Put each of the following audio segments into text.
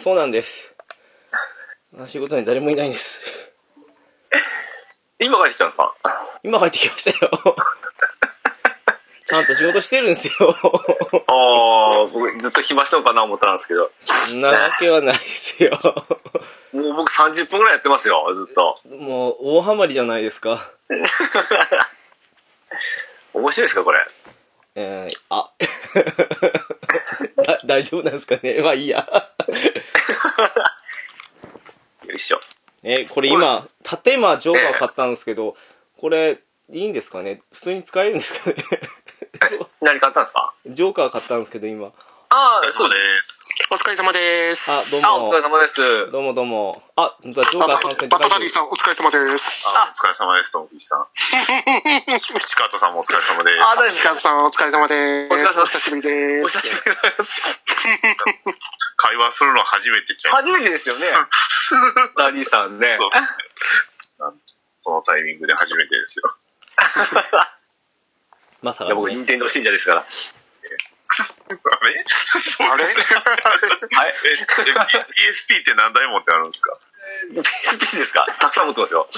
そうなんです。仕事に誰もいないんです。 今帰ってきたんですか？ 今帰ってきましたよ。ちゃんと仕事してるんですよ。 僕ずっと暇しようかな思ったんですけど。 そんなわけはないですよ。 もう僕30分ぐらいやってますよ、ずっと。 もう、大ハマりじゃないですか。 面白いですか、これ。 大丈夫なんですかね。まあいいや。 よいしょ。 これ今、縦今、ジョーカーを買ったんですけど、これ、いいんですかね？普通に使えるんですかね？ 何買ったんですか？ ジョーカー買ったんですけど、今。 そうです。 お疲れ様です。 どうも。 お疲れ様です。 どうもどうも。ジョーカー参戦ってバトダディさん、お疲れ様です。 お疲れ様です、ともきさん。チカートさんもお疲れ様です。 チカートさん、お疲れ様です。 お疲れ様です。 お久しぶりです。 お久しぶりです。 会話するの初めてちゃう。 初めてですよね。ダディさんね。 このタイミングで初めてですよ。 まさか、ね。 僕、任天堂信者ですから。 あれはい。PSP って何台持ってあるんですか？ PSP ですか？たくさん持ってますよ。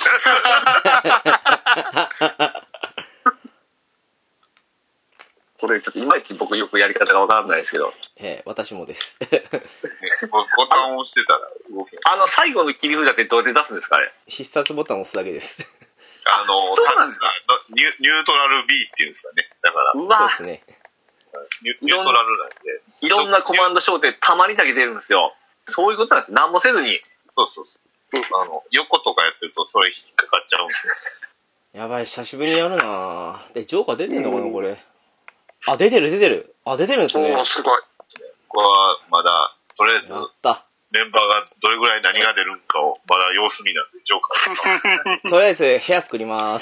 これちょっといまいち僕よくやり方がわからないですけど。 私もです。 ボタンを押してたら動けない。 最後の切り札ってどうやって出すんですかね？ 必殺ボタンを押すだけです。 そうなんですか？ ニュートラル B っていうんですかね。だから。 うわそうですね。 ニュートラルなんで。 いろんなコマンド小ってたまにだけ出るんですよ。そういうことなんです。何もせずに。 そうそうそう。横とかやってるとそれ引っかかっちゃうんですね。 やばい、久しぶりにやるなぁ。で、ジョーカー出てんのかな、これ。あ、出てる。あ、出てるんですね。 すごい。 これはまだ、とりあえず、 やった。 メンバーがどれぐらい何が出るんかをまだ様子見なんで、ジョーカー。 とりあえず、部屋作ります。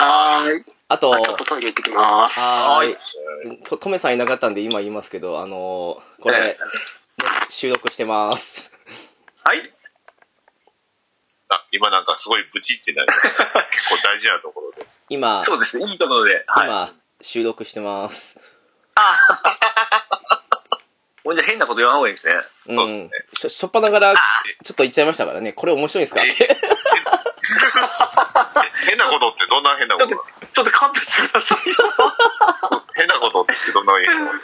はーい。 あと、 ちょっとトイレ行ってきます。 はーい。トメさんいなかったんで今言いますけど、これ、収録してます。 はい。 今なんかすごいブチってなりました。結構大事なところで。 今、 そうですね、いいところで。 今、収録してます。 もうじゃあ変なこと言わん方がいいですね。 そうですね。 しょっぱながら、ちょっと言っちゃいましたからね。これ面白いですか？ 変なことってどんな変なこと？ ちょっとカットしてください。 変なことってどんな変なこと？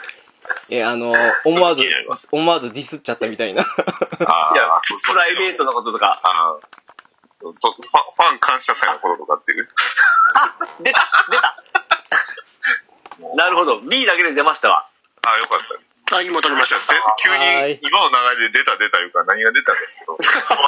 思わずディスっちゃったみたいな。 いや、プライベートのこととか。 ファン感謝祭のこととかっていう。 出たなるほど。B だけで出ましたわ。 よかったです。 今撮りました。 急に今の流れで出たいうか何が出たんですけど。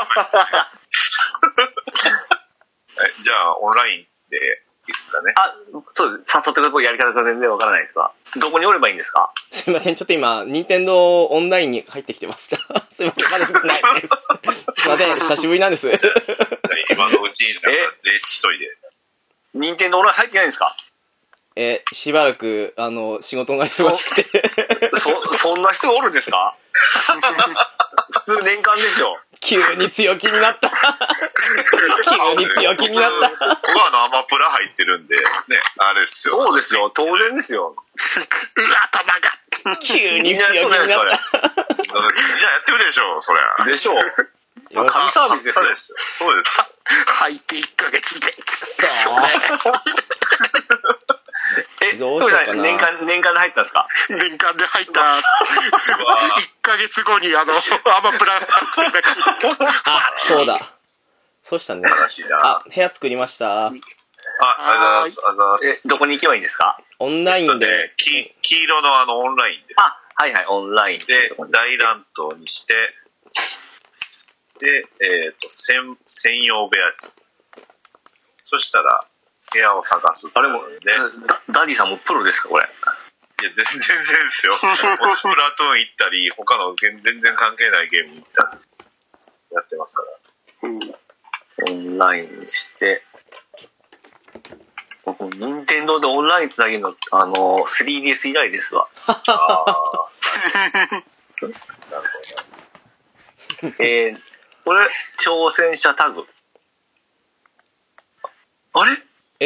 じゃあ、オンラインでいいですかね。 そうです。誘ってください。やり方が全然わからないですわ。どこにおればいいんですか？ すいません、ちょっと今、任天堂オンラインに入ってきてました。すいません、まだ出てないです。すいません、久しぶりなんです。 今のうちに一人で。 任天堂オンライン入ってないんですか？ しばらく、仕事が忙しくて。 そんな人おるんですか？普通年間でしょ。 急に強気になった。急に強気になった。 僕はアマプラ入ってるんで、ね、あれですよ。 そうですよ、当然ですよ。 頭が。 急に強気になった。みんなやってるでしょ、そりゃ。 でしょう。神サービスですよ。 そうです。 入って1ヶ月で。 どうしようかな。 年間で入ったんですか？ 年間で入った1ヶ月後にアマプラそうだ。そうしたね。部屋作りました。 ありがとうございます。 どこに行けばいいんですか？ オンラインで。 黄色のオンラインです。 はいはい、オンラインで、大乱闘にして、で、専用部屋です。そしたら、部屋を探す。 あれも、ダディさんもプロですか、これ。 いや、全然ですよ。スプラトゥーン行ったり、他の全然関係ないゲーム行ったり、やってますから。 オンラインにして、僕、任天堂でオンラインつなげるの、3DS 以来ですわ。なるほど。これ、挑戦者タグ。あれ？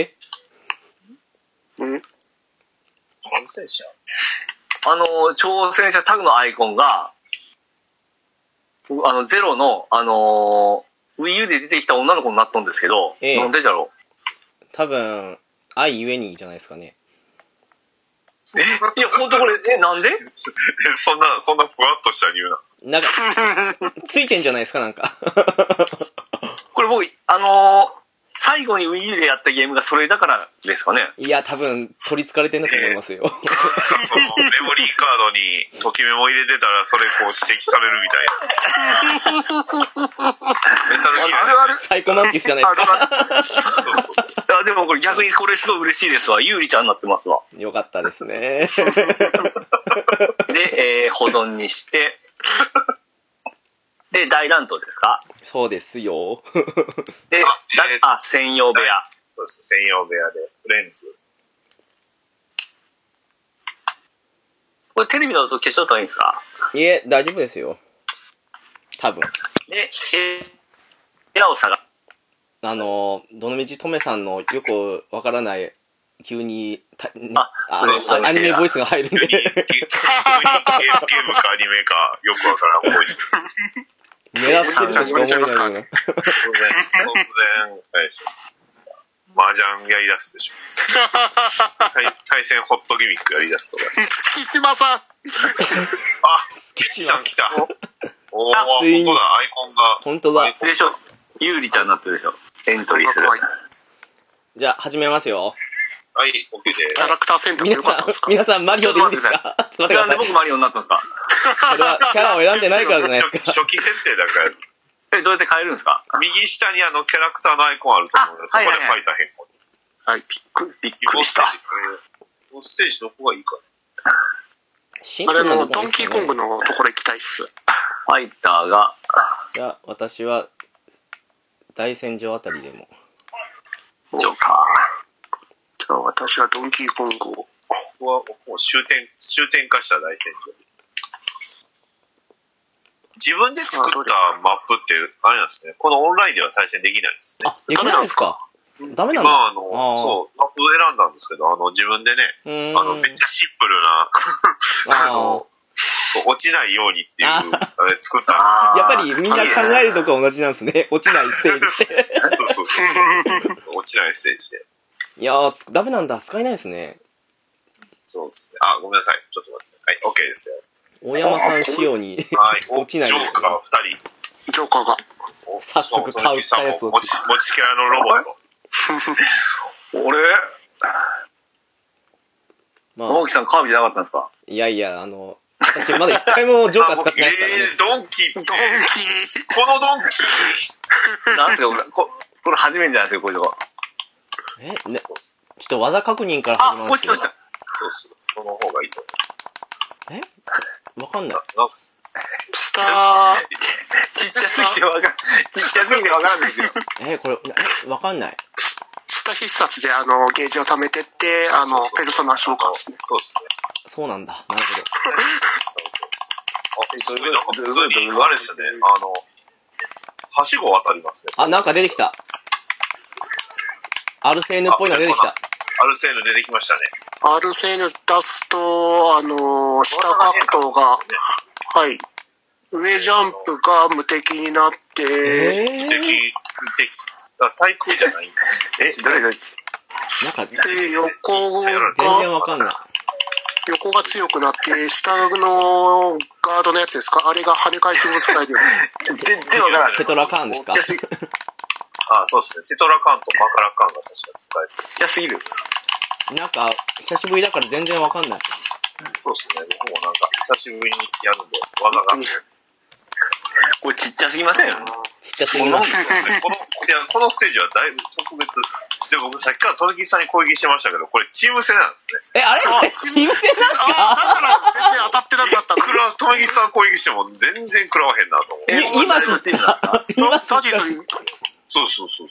挑戦者？ 挑戦者タグのアイコンが、 ゼロの、Wii U で出てきた女の子になっとんですけど、なんでだろう。 多分、愛ゆえにじゃないですかね。 いや、ほんとこれ、なんでそんなふわっとした理由なんですか？ なんか、ついてんじゃないですか、なんか。 これ僕、最後に Wii U でやったゲームがそれだからですかね。 いや、多分、取り憑かれてんだと思いますよ。 メモリーカードにときメモ入れてたら、それこう指摘されるみたいな。メタルギア。 あるサイコマンティスじゃないですか。 でもこれ逆にこれすごい嬉しいですわ。ゆうりちゃんになってますわ。 よかったですね。 で、保存にして、で、大乱闘ですか？ そうですよ。 で、専用部屋。 そうです。専用部屋で、フレンズ。 これテレビの音消しとったらいいんですか？ いえ、大丈夫ですよ。多分。 で、部屋を探す。 どのみちとめさんのよくわからない、急にアニメボイスが入るんで。 ゲームかアニメか、よくわからんボイス。 狙ってるとしか思えないよな。 突然、麻雀やり出すでしょ。対戦ホットギミックやり出すとか。 月島さん。 岸さん来た。おー、 ついに本当だ、アイコンが。 本当だ。 でしょ。ゆうりちゃんになってるでしょ。エントリーする。 じゃあ、始めますよ。 はい、OK です。 キャラクター選択良かったですか？ 皆さん、マリオでいいですか？ちょっと待ってください。 僕マリオになったんですか？ それは、キャラを選んでないからじゃないですか。 初期設定だから。 どうやって変えるんですか？ 右下にキャラクターのアイコンあると思うので、そこで書いた変更。 はい。 びっくりした。 このステージどこがいいかあれのドンキーコングのところ行きたいっす。 ファイターが。 じゃあ、私は、大戦場あたりでも。 ジョーカじゃあ私はドンキーコングを。 ここはもう終点化した大戦場。自分で作ったマップって、あれなんですね。このオンラインでは対戦できないんですね。 あ、できないんですか？ダメなんだ。 そう、マップ選んだんですけど、自分でね、めっちゃシンプルな、落ちないようにっていう、あれ作ったんです。 やっぱりみんな考えるとこ同じなんですね。落ちないステージで。 そう。落ちないステージで。 いやー、ダメなんだ。使えないですね。 そうですね。あ、ごめんなさい。ちょっと待って。はい、OK ですよ。 大山さん仕様に落ちないジョーカーが2人。 ジョーカーが。 早速買うやつを。 持ちキャラのロボット。 俺直樹さんカービィじゃなかったんですか？ いやいや、私まだ一回もジョーカー使ってないですからね。 ドンキー。このドンキーなんすかこれ初めてじゃないですか、こういうとこ。 ね、ちょっと技確認から始めます。 落ちた。 そうっす。その方がいいと思う。わかんない。 下ー。 ちっちゃすぎてわかんないですよ。 これ、わかんない。 下必殺でゲージを貯めてって、ペルソナ召喚ですね。 そうですね。 そうなんだ。なるほど。あれですね。はしご渡りますね。 なんか出てきた。アルセーヌっぽいの出てきた。 アルセーヌ出てきましたね。 アルセーヌ出すと、下格闘が、はい。上ジャンプが無敵になって、 無敵。対空じゃないんですどれなんか、 で、横全然わかんない。 横が強くなって、下のガードのやつですか？あれが跳ね返しも使えるように。 全然わからない。 テトラカーンですか？ そうですね。テトラカーンとマカラカーンが確か使える。 ちっちゃすぎる。 なんか、久しぶりだから全然わかんない。 そうですね。僕もなんか、久しぶりにやるんで、技が。 これちっちゃすぎません？ ちっちゃすぎます。 このステージはだいぶ特別。で、僕さっきからトルキさんに攻撃してましたけど、これチーム戦なんですね。 あれチーム戦なんですか？ だから全然当たってなかったの。 トルキさん攻撃しても全然食らわへんなと思う。 今のチームなんですか？ タジさん。 そう。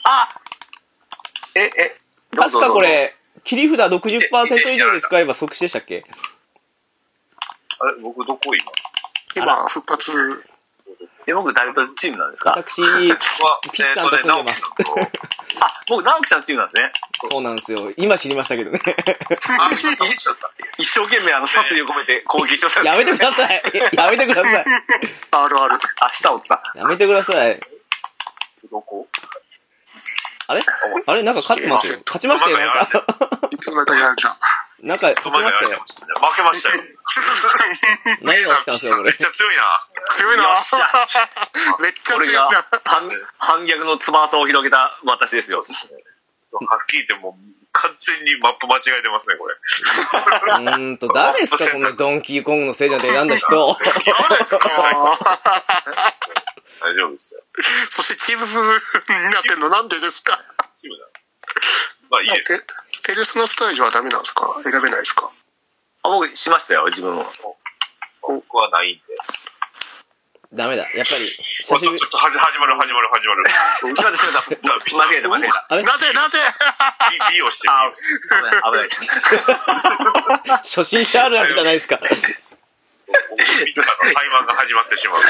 確かこれ、切り札 60% 以上で使えば即死でしたっけ？ あれ僕どこ今、復活。 僕誰とチームなんですか？ 私、ピッチャーと組んでます。 僕直樹さんのチームなんですね。 そうなんですよ。今知りましたけどね。 一生懸命殺意を込めて攻撃をされやめてください。やめてください。 あるある。 下おった。 やめてください。 どこ？ あれなんか勝ってますよ。勝ちましたよ、なんか。 いつまでやるじゃん。 なんか、勝ちましたよ。 負けましたよ。 何が起きたんですよ、これ。 めっちゃ強いな。 強いな。めっちゃ強いな。 反逆の翼を広げた私ですよ。 はっきり言ってもう完全にマップ間違えてますね、これ。 誰ですか、このドンキーコングのせいじゃんって選んだ人。 誰ですか？ 大丈夫ですよ。 そしてチーム風になってるのなんでですか？ チームだ。まあいいです。 ペルソナスタイルはダメなんですか？選べないですか？ 僕しましたよ、自分も。 僕はないんで。 ダメだ、やっぱり。 ちょっと始まる。 間違えた。 あれなぜ B をして危ない。 初心者あるあるじゃないですか。 タイマーが始まってしまう。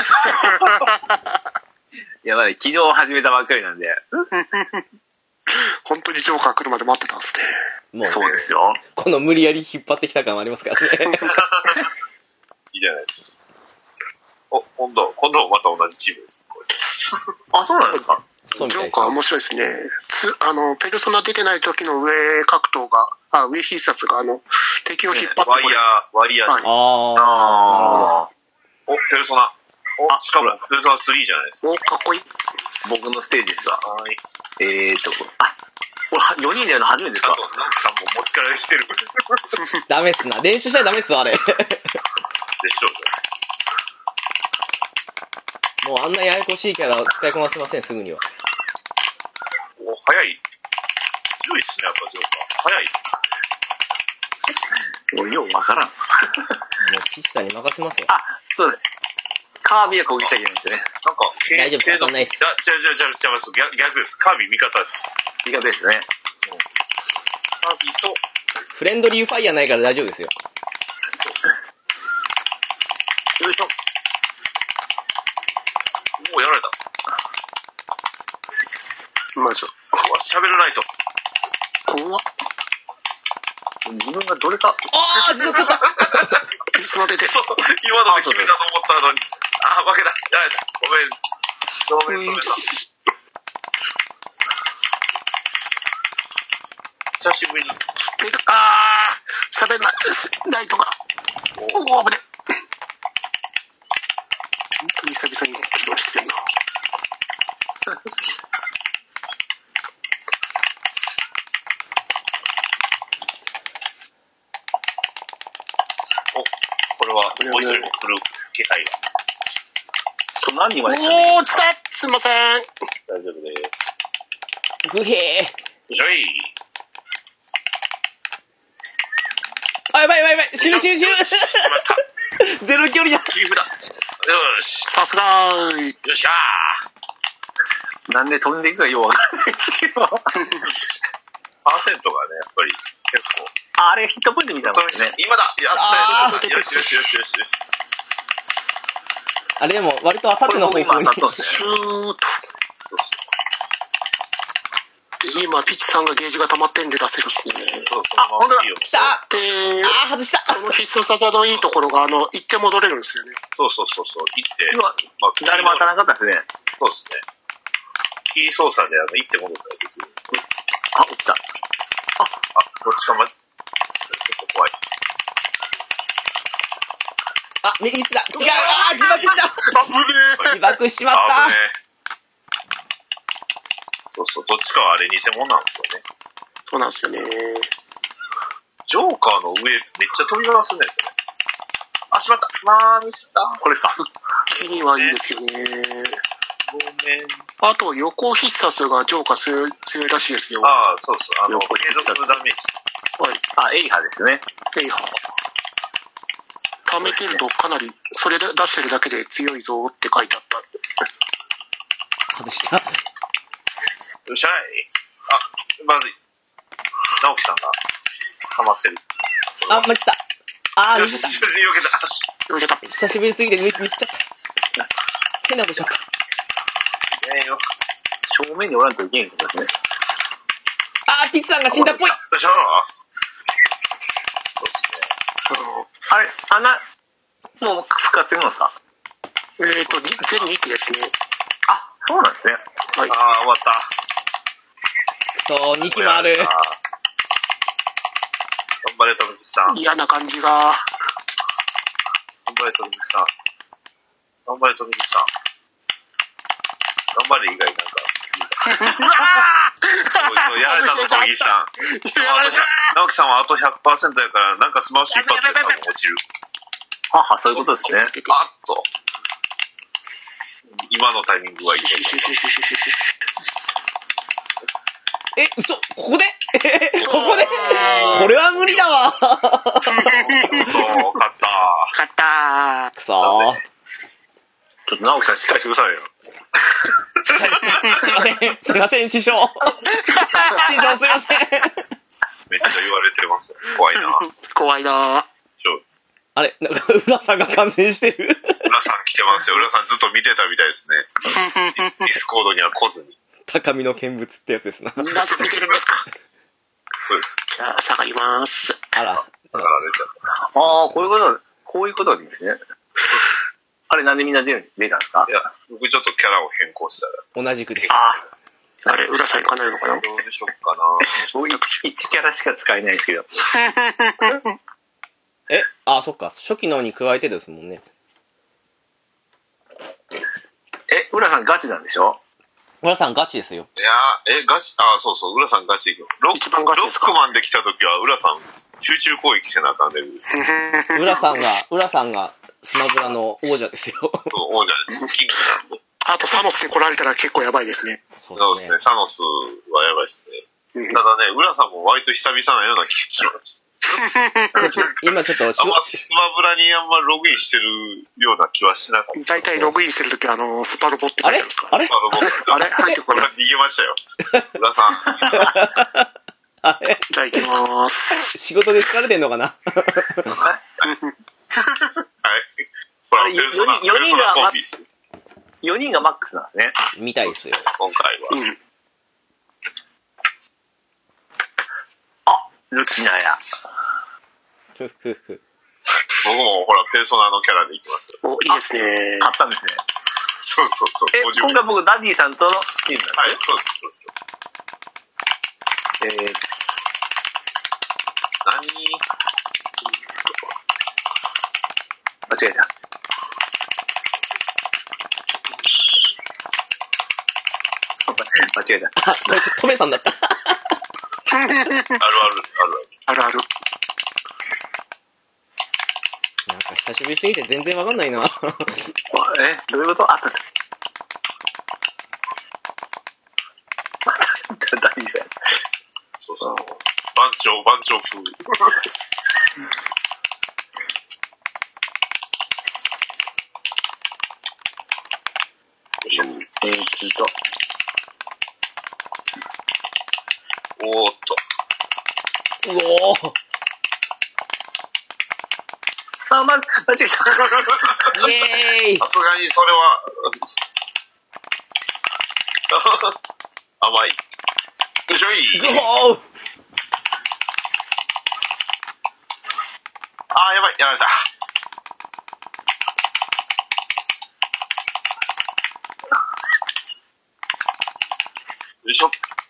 いや、まだ昨日始めたばっかりなんで。 本当にジョーカー来るまで待ってたんですね。 もうそうですよ。 この無理やり引っ張ってきた感ありますからね。 いいじゃないですか。今度もまた同じチームです。 あ、そうなんですか。 ジョーカー面白いですね。ペルソナ出てない時の上格闘が、上必殺が敵を引っ張ってワイヤーです。 あお、ペルソナ。しかもペルソナ3じゃないですか。 お、かっこいい。 僕のステージですわ。 はい。 これ4人でやるの初めてですか？ 直樹さんも持ちからしてる。 ダメっすな。練習したらダメっすわ、あれ。 でしょうもうあんなややこしいキャラ使いこなせません、すぐには。 お、早い。強いっすね、やっぱジョーカー。早い。 もうようわからん。 もうピッサに任せますよ。 そうです。カービィは攻撃しちゃいけないんですよね。 なんか、 大丈夫、当たんないっす。 逆です。カービィ味方です。 味方ですね。 カービィと、 フレンドリーファイヤーないから大丈夫ですよ。 よいしょ。 お、やられた。 まず喋らないと。 怖っ。 自分がどれか。 ずっとピストル出て。 今ので決めたと思ったのに。負けた。やられた。ごめん。久しぶりに。 喋んない。ライトが。お、危ね。本当に久々に起動してるな。 これはもう一人も来る気配が。 何人まで落ちた。すいません。 大丈夫です。 グヘー。 よいしょい。 やばい。死ぬ。 しまった。 ゼロ距離だ。 切り札。よし。 さすがー。 よっしゃー。なんで飛んでいくかようわからないですけど。パーセントがね、やっぱり結構。 あれヒットポイントみたいなもんですね。 今だ。やった。よし。 あれでも割とあさっての方向にシューッと。今ピッチさんがゲージが溜まってんで出せるっすね。 ほんとだ。 来た。 で、 外した。 その必殺技のいいところが行って戻れるんですよね。 そう。行って。 誰も当たらなかったですね。 そうですね。キー操作で行って戻ったらできる。 落ちた。 どっちか結構怖い。 右だ。違う。自爆した。自爆しまった。 そう、どっちかはあれ偽物なんですよね。 そうなんですよね。 ジョーカーの上めっちゃ飛びますね。しまった。ミスった。 これですか。 気にはいいですよね。 ごめん。 あと、横必殺がジョーカー強いらしいですよ。 そうです。継続ダメージ。 はい。エイハですね。 エイハ。貯めてるとかなり、それで出してるだけで強いぞって書いてあった。 外した。 よっしゃい。まずい。直樹さんがハマってる。 間違った。 よし、 よけた。 久しぶりすぎてミスっちゃった。変なことしちゃった。 正面におらんといけんことですね。 あー、ピッチさんが死んだっぽい。 よいしょ。そうですね。 あれ、もう復活するんですか？ 全2期ですね。 あ、そうなんですね。 はい。 ああ、終わった。 そう、2期もある。 頑張れ、富木さん。 嫌な感じが。 頑張れ、富木さん。頑張れ、富木さん。頑張れ以外なんか。やられたぞ、富木さん。直樹さんはあと 100% やから、なんかスマッシュ一発で多分落ちる。 あ、そういうことですね。 あっと。今のタイミングはいいと思います。 嘘、ここでここでこれは無理だわ。 勝った。 くそー。 ちょっと直樹さんしっかりしてくださいよ。 すいません、師匠。師匠すいません。 めっちゃ言われてます。怖いな。 怖いな。 あれ、なんか、浦さんが感染してる。 浦さん来てますよ。浦さんずっと見てたみたいですね。ディスコードには来ずに。 高みの見物ってやつですな。 なぜ見てるんですか？ そうです。 じゃあ、下がります。 あら。 だから出ちゃった。 ああ、こういうことですね。あれ、なんでみんな出たんですか？ いや、僕ちょっとキャラを変更したら。 同じくです。 あれ、浦さん行かないのかな？ どうでしょうかな。 そういう1キャラしか使えないんですけど。 そっか。初期のに加えてですもんね。 浦さんガチなんでしょ？ 浦さんガチですよ。 いやガチ、そうそう、浦さんガチ。 一番ガチですか？ ロックマンで来た時は、浦さん、集中攻撃せなあかんレベルです。 浦さんが、スマブラの王者ですよ。 王者です。キングなんで。 あと、サノスで来られたら結構やばいですね。 そうですね。サノスはやばいですね。ただね、浦さんも割と久々なような気がします。 今ちょっとスマブラにあんまログインしてるような気はしなかった。 大体ログインするときはスパロボって書いてあるんですか？ あれスパロボあれ入ってこない。 逃げましたよ。浦さん。 あれじゃあ行きまーす。 仕事で疲れてんのかな？ はい。ほら、ペルソナコンビです。 4人がマックスなんですね。 みたいですよ。 今回は。 ルキナや。 ふふふ。 僕もほら、ペルソナのキャラでいきます。 お、いいですね。 買ったんですね。 そうそうそう。 今回僕、ダディさんとのチームなんです。 はい、そうです、そうです。 間違えた。間違えた。 トメさんだった。 ある。 なんか久しぶりすぎて全然わかんないな。 どういうこと？ダディさん。 そうそう。番長風。よいしょ。おーっと。 うおー。 間違えた。 イエーイ。 さすがにそれは甘い。よいしょい。 グホー。 やばい、やられた。よいしょ。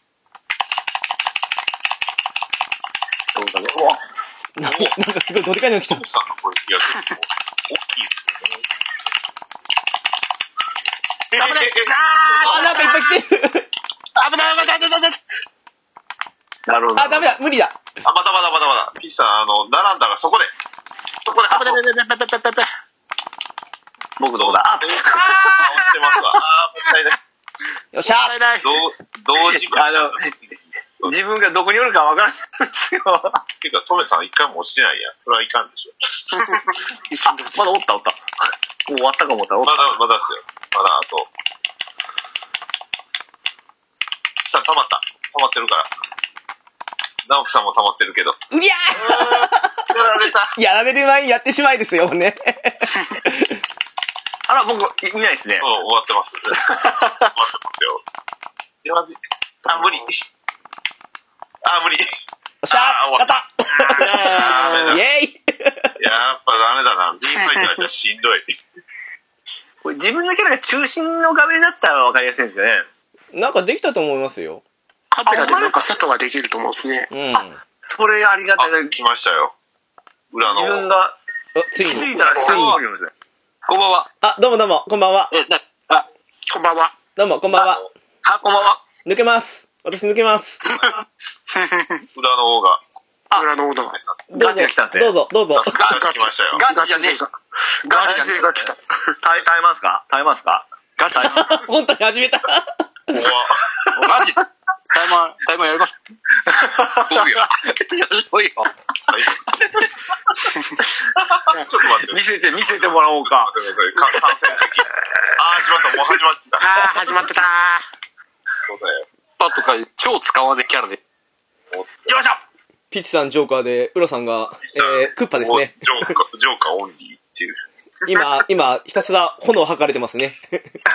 どうだろう。 なんかすごいどでかいの来た。 トムさんの攻撃が結構大きいですよね。 なんかいっぱい来てる。 危ない。 なるほど。 ダメだ、無理だ。 まだ。ピッチさん、並んだがそこで。 危ない。 僕どこだ？ 落ちてますわ。もったいない。 よっしゃ同時自分がどこにおるかわからないんですよ。 ていうか、トメさん一回も落ちてないやん。それはいかんでしょ。 まだおった。もう終わったか思ったらおった。 まだですよ。まだあと。さあ、溜まってるから。直樹さんも溜まってるけど。 うりゃーやられた。 やられる前にやってしまいですよね。 あら、僕、いないですね。 終わってます。終わってますよ。マジ。無理。 無理。 よっしゃー勝ったイェイやっぱダメだな。ビーファイターじゃしんどい。 これ自分のキャラが中心の画面だったら分かりやすいんですよね。 なんかできたと思いますよ。 カメラでなんかセットができると思うんですね。 うん。 それありがたい。 来ましたよ。裏の。 自分が、 ついに。 気づいたらすぐに。こんばんは。 あ、どうもどうも、こんばんは。 こんばんは。 どうも、こんばんは。 こんばんは。 抜けます。私抜けます。 裏の方が。 裏の方だ。 ガチが来たんで。 どうぞ、どうぞ。 ガチ来ましたよ。 ガチじゃねえ。 ガチ勢が来た。 耐えますかガチ。 本当に始めた。 マジタイマーやります。そうよ。そうよ。ちょっと待って。見せてもらおうか。 観戦席。しまった。もう始まってた。 始まってた。 そうだよ。 パッとか超使わねキャラで。よいしょ。 ピッチさんジョーカーで、浦さんが、クッパですね。 ジョーカーオンリーっていう。 今、ひたすら炎を吐かれてますね。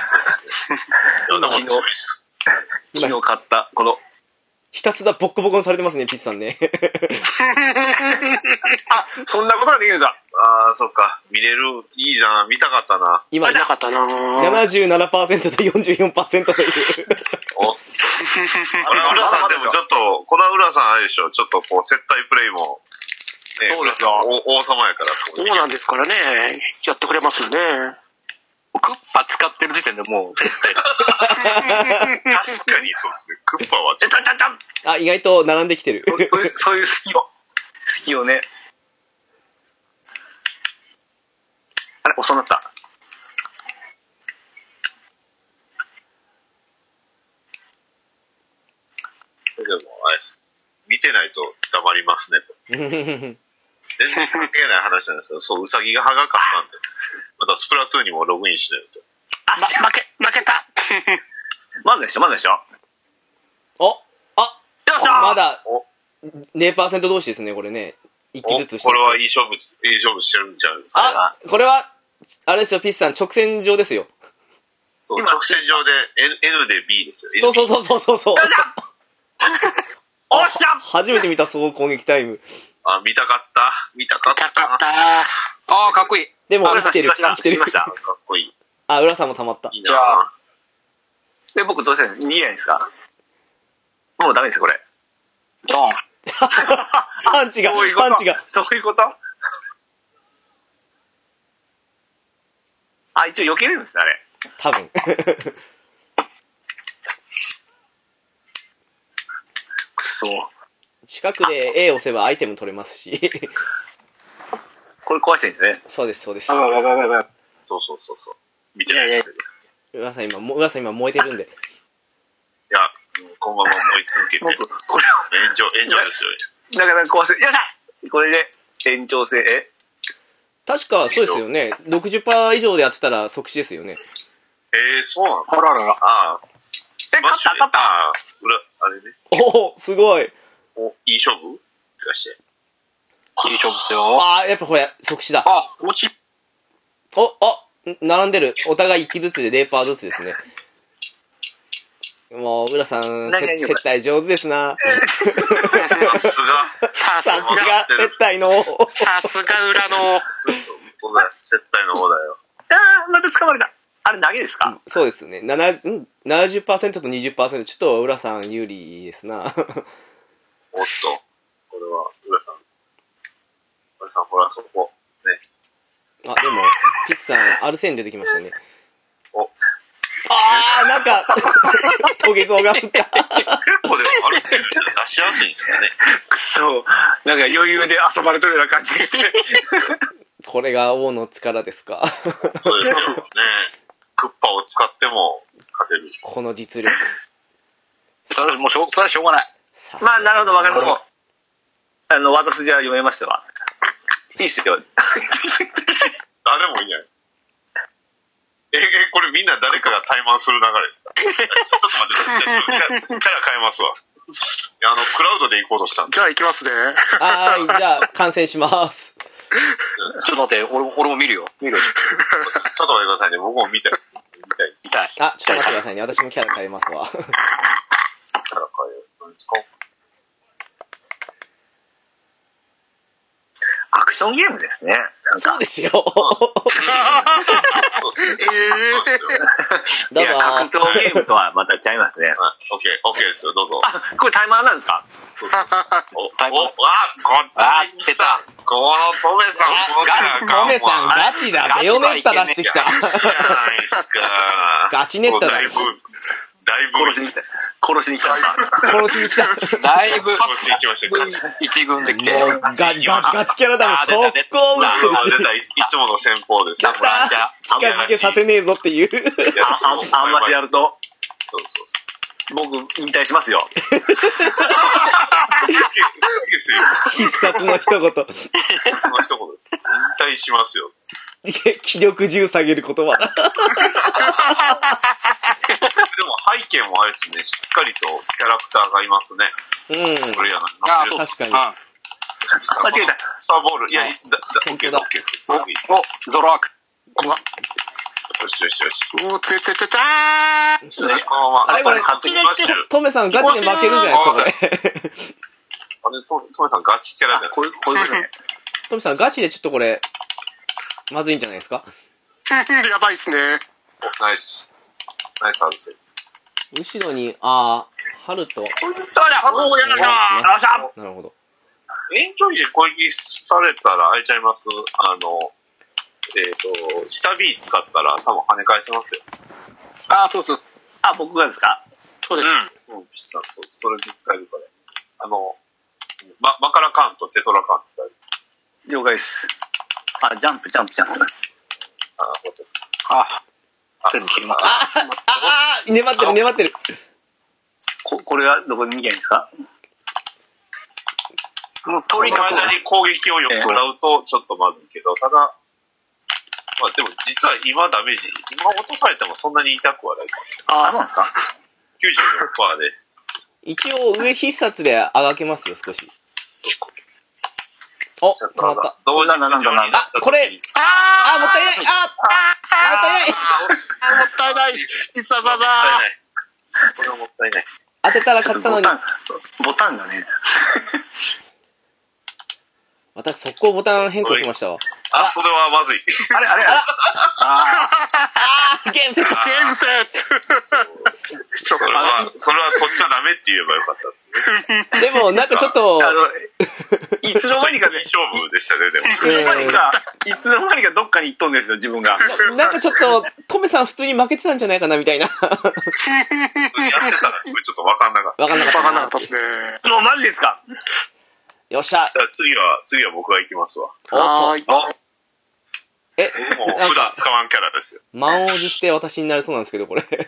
昨日買った、この。 ひたすらボッコボコにされてますね、ピッチさんね。 そんなことができるんだ。 そっか。見れる。いいじゃん。見たかったな。 今、 見たかったな。 77% と 44% という。 これは浦さん、でもちょっと、これは浦さんあれでしょ。ちょっとこう、接待プレイも、ね、 そうですよ。 王様やから。 そうなんですからね。やってくれますよね。 クッパ使ってる時点でもう絶対。 確かにそうですね。クッパはちょっと。 意外と並んできてる。 そういう隙をね。あれ、遅なった。 でも、あれです。見てないと黙りますね。全然関係ない話なんですけど、そう、ウサギが歯がかったんで、またスプラトゥーンにもログインしないと。 負けたまだでしょよっしゃまだ、0% 同士ですね、これね。一気ずつして。 これはいい勝負してるんちゃうんですか。 これは、あれですよ、ピッチさん、直線上ですよ。 直線上で N で B ですよ。 そう。 おっしゃ初めて見た総攻撃タイム。 見たかった。 かっこいい。 でも、生きてる。 かっこいい。 浦さんも溜まった。 いいな。 で、僕どうせ逃げないんですか？もうダメですよ、これ。ドン。 パンチが。 そういうこと？一応避けるんですね、あれ。 多分。 くそ。 近くで A を押せばアイテム取れますし。 これ壊してるんですね。 そうです。そう。 そう。見てないですけど。 浦さん今燃えてるんで。 いや、このまま燃え続けて。これ炎上ですよね。 だから壊せ、よっしゃこれで延長性、 確かそうですよね。60% 以上でやってたら即死ですよね。 そうなんですか。 勝ったあれね。 すごい。 いい勝負いらして。 いい勝負ですよ。 やっぱこれ、即死だ。 落ち。 並んでる。お互い1機ずつで 0% ずつですね。もう、浦さん、接待上手ですな。 さすが、 接待の。 さすが裏の。 接待の方だよ。 また掴まれた。あれ投げですか？ そうですね。70% と 20%、ちょっと浦さん有利ですな。 おっと、これは、浦さん、ほら、そこ、ね。 でも、ピッチさん、アルセン出てきましたね。なんか、トゲゾウが降った。 結構でも、アルセン出しやすいんですよね。 くそ、なんか余裕で遊ばれてるような感じですね。 これが王の力ですか。 そうですよね。クッパを使っても勝てる。 この実力。 それはしょうがない。まあ、なるほど、わかると思う。技筋は読めましたわ。いいっすよ。 誰もいない。これみんな誰かが怠慢する流れですか？ちょっと待って、キャラ変えますわ。クラウドで行こうとしたんで。 じゃあ行きますね。 じゃあ、観戦します。 ちょっと待って、俺も見るよ。ちょっと待ってくださいね、僕も見たい。 ちょっと待ってくださいね、私もキャラ変えますわ。 キャラ変えよう。何使おう。 ションゲームですね。 そうですよ。 いや、格闘ゲームとはまた違いますね。 オッケーですよ、どうぞ。 あ、これタイマーなんですか？ タイマー。出た。このトメさん、 トメさんガチだ。ベヨネッタ出してきた。ガチネッタだ。 だいぶ殺しに来た。殺しに来た。 だいぶ殺しに来ました。 一軍で来て。 ガチキャラだもん。速攻打ってるし。 いつもの戦法ですよ。 近づけさせねえぞっていう。 あんまりやると、 そう。 僕、引退しますよ。 必殺の一言。 その一言です。引退しますよ。 気力10下げる言葉だ。 でも背景もあれですね、しっかりとキャラクターがいますね。これやな。 確かに。 間違えた。 スターボール。いや、OK です。 お、ドラーク。 よし。 おつつつつああれこれ、トメさんガチで負けるんじゃないですか、これ。 トメさんガチキャラじゃない。 こういうことね。 トメさんガチでちょっとこれ、まずいんじゃないですか。 やばいっすね。 ナイスアウトセー後ろに、ハルト。なるほど。 遠距離で攻撃されたら、あれちゃいます。下 B 使ったら多分跳ね返せますよ。 そう。あ、僕がですか？ そうです。 ピスさん、それで使えるから。マカラカーンとテトラカーン使える。 了解です。ジャンプ。 もうちょっと。 全部切ります。 粘ってる。 これはどこに逃げるんですか？ その間に攻撃をよく食らうとちょっとまずいけど、ただ、でも実は今ダメージ、今落とされてもそんなに痛くはないかも。 そうなんですか？ 96% で。 一応上必殺であがけますよ、少し。お、止まった。 同時にこれ、もったいない。もったいない。必殺技。 これはもったいない。 当てたら勝ったのに。 ボタンがね。 私、速攻ボタン変更しましたわ。 それはまずい。 ゲームセット。 それは取っちゃダメって言えばよかったですね。 でも、なんかちょっと、 いつの間にかね、 勝負でしたね、でも。 いつの間にかどっかに行っとんですよ、自分が。 なんかちょっと、トメさん普通に負けてたんじゃないかな、みたいな。 やってたら、これちょっと分かんなかった。 分かんなかったですね。 もうマジですか？ よっしゃ。 じゃあ次は僕が行きますわ。 はーい。 もう普段使わんキャラですよ。 満を持して私になりそうなんですけど、これ。 よ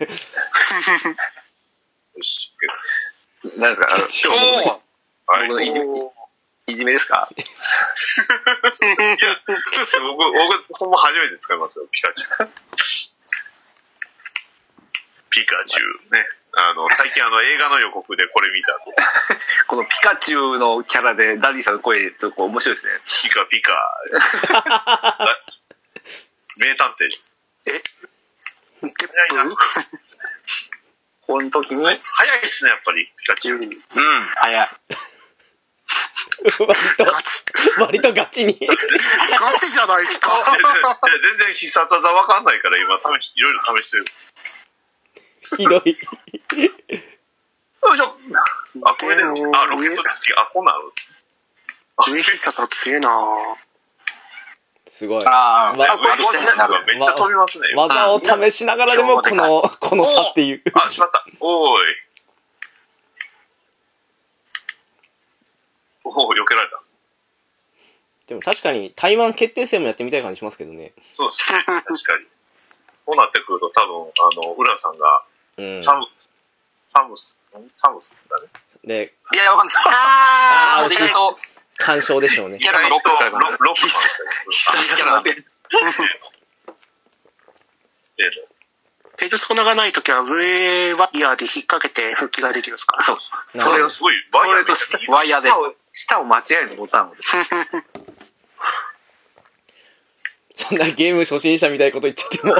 し、です。 何ですか？ はい。 僕のいじめですか？ いや、僕、ほんま初めて使いますよ、ピカチュウ。ピカチュウね。最近映画の予告でこれ見たと。 このピカチュウのキャラでダディさんの声、ちょっと面白いですね。 ピカピカ。名探偵です。 この時に。 早いっすね、やっぱり、ピカチュウ。 早い。 割とガチに。 ガチじゃないですか。 全然必殺技わかんないから今いろいろ試してるんです。 ひどい。 これで、ロケット付き、こんなんあるんですね。 上必殺は強えな。 すごい。 めっちゃ飛びますね。 技を試しながらでも、この差っていう。 しまった。おーい。避けられた。 でも確かに、台湾決定戦もやってみたい感じしますけどね。 そうですね。確かに。こうなってくると多分、浦さんが、サムスですかね。 で、 いや、わかんない。 惜しい。干渉でしょうね。 キャラがロックからロックマン必殺キャラなんで。 ペルソナがないときは上ワイヤーで引っ掛けて復帰ができるんですか？ そう。 それをすごい、 ワイヤーで。下を間違えるボタンを。 そんなゲーム初心者みたいなこと言っちゃっても。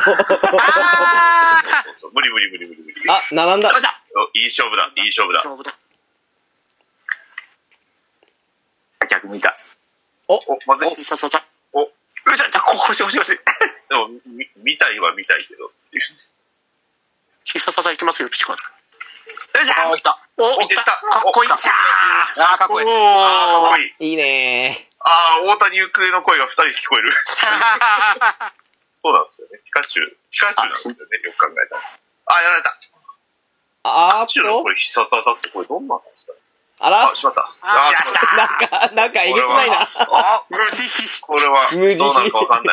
無理。 並んだ。 いい勝負だ。 逆向いた。 お、まずい。 さささ。 お、うじゃ、欲しい。 でも、見たいは見たいけど。 必殺技いきますよ、ピチコ。 よいしょ。 いた。 お、いった。かっこいい。 あー、かっこいい。 かっこいい。 いいね大谷ゆくえの声が2人聞こえる。そうなんですよね。ピカチュウなんですよね、よく考えたら。やられた。ピカチュウのこれ必殺技ってこれどんなんですかね。 あらしまった。 なんかえげつないな。 これは、どうなるかわかんない。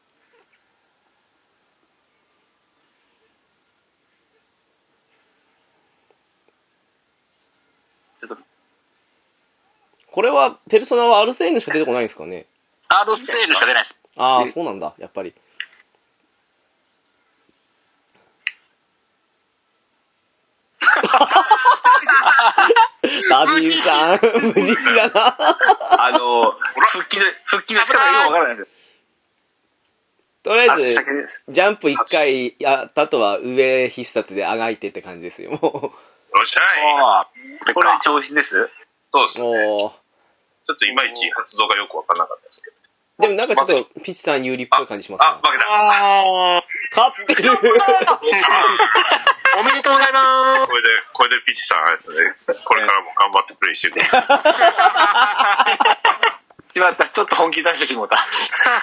これは、ペルソナはアルセーヌしか出てこないんですかね。 アルセーヌしか出ないです。 ああ、そうなんだ、やっぱり。ダディさん、無慈悲だな。 復帰の仕方がよくわからないです。 とりあえず、ジャンプ1回やった後は上必殺であがいてって感じですよ、もう。 よっしゃい。 これ調子です。 そうですね。ちょっといまいち発動がよくわからなかったですけど。 でもなんかちょっとピッチさん有利っぽい感じしますね。 負けた。 勝ってる。 おめでとうございます。 これでピッチさんあれですね。これからも頑張ってプレイしてください。 しまった。ちょっと本気出してしもうた。 じゃ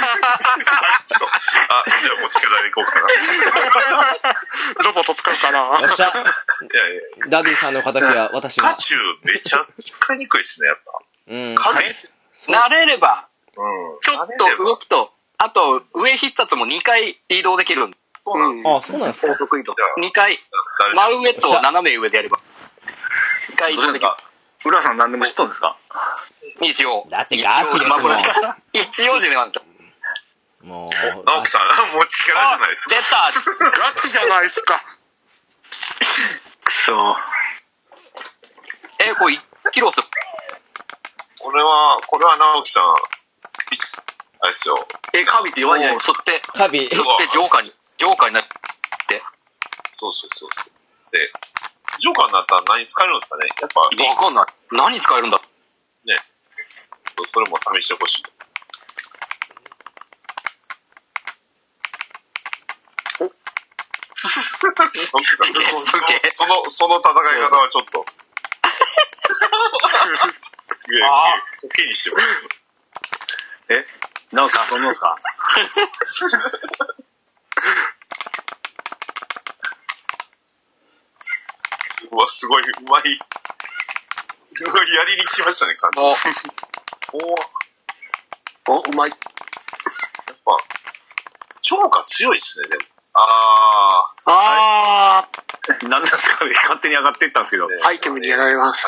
あ持ち方でいこうかな。 ロボット使うかな。 よっしゃ。ダディさんの敵は私が。 ピカチュウめちゃ使いにくいですね、やっぱ。 慣れれば、ちょっと動きと、あと、上必殺も2回移動できる。 そうなんですよ。 そうなんですか。 2回、真上と斜め上でやれば。2回移動できる。 浦さん何でも知っとんですか？ 一応。 だってガチですもん。 一応じゃなかった。 もう。 直樹さん、もう力じゃないですか。 出たガチじゃないですか。 くそ。 これキロス。 これは直樹さん、あれですよ。 カビって弱いんじゃない吸って、 カビ。 ジョーカーになって。 そう。で、ジョーカーになったら何使えるんですかね？やっぱ。 わかんない。何使えるんだ？ ね。それも試してほしい。その戦い方はちょっと。時にしてます。 直樹さん、そんなですか？ うわ、すごい、うまい。やりに来ましたね、感じ。 うまい。 やっぱ、超が強いっすね、でも。 何ですかね、勝手に上がっていったんですけど。 アイテムにやられます。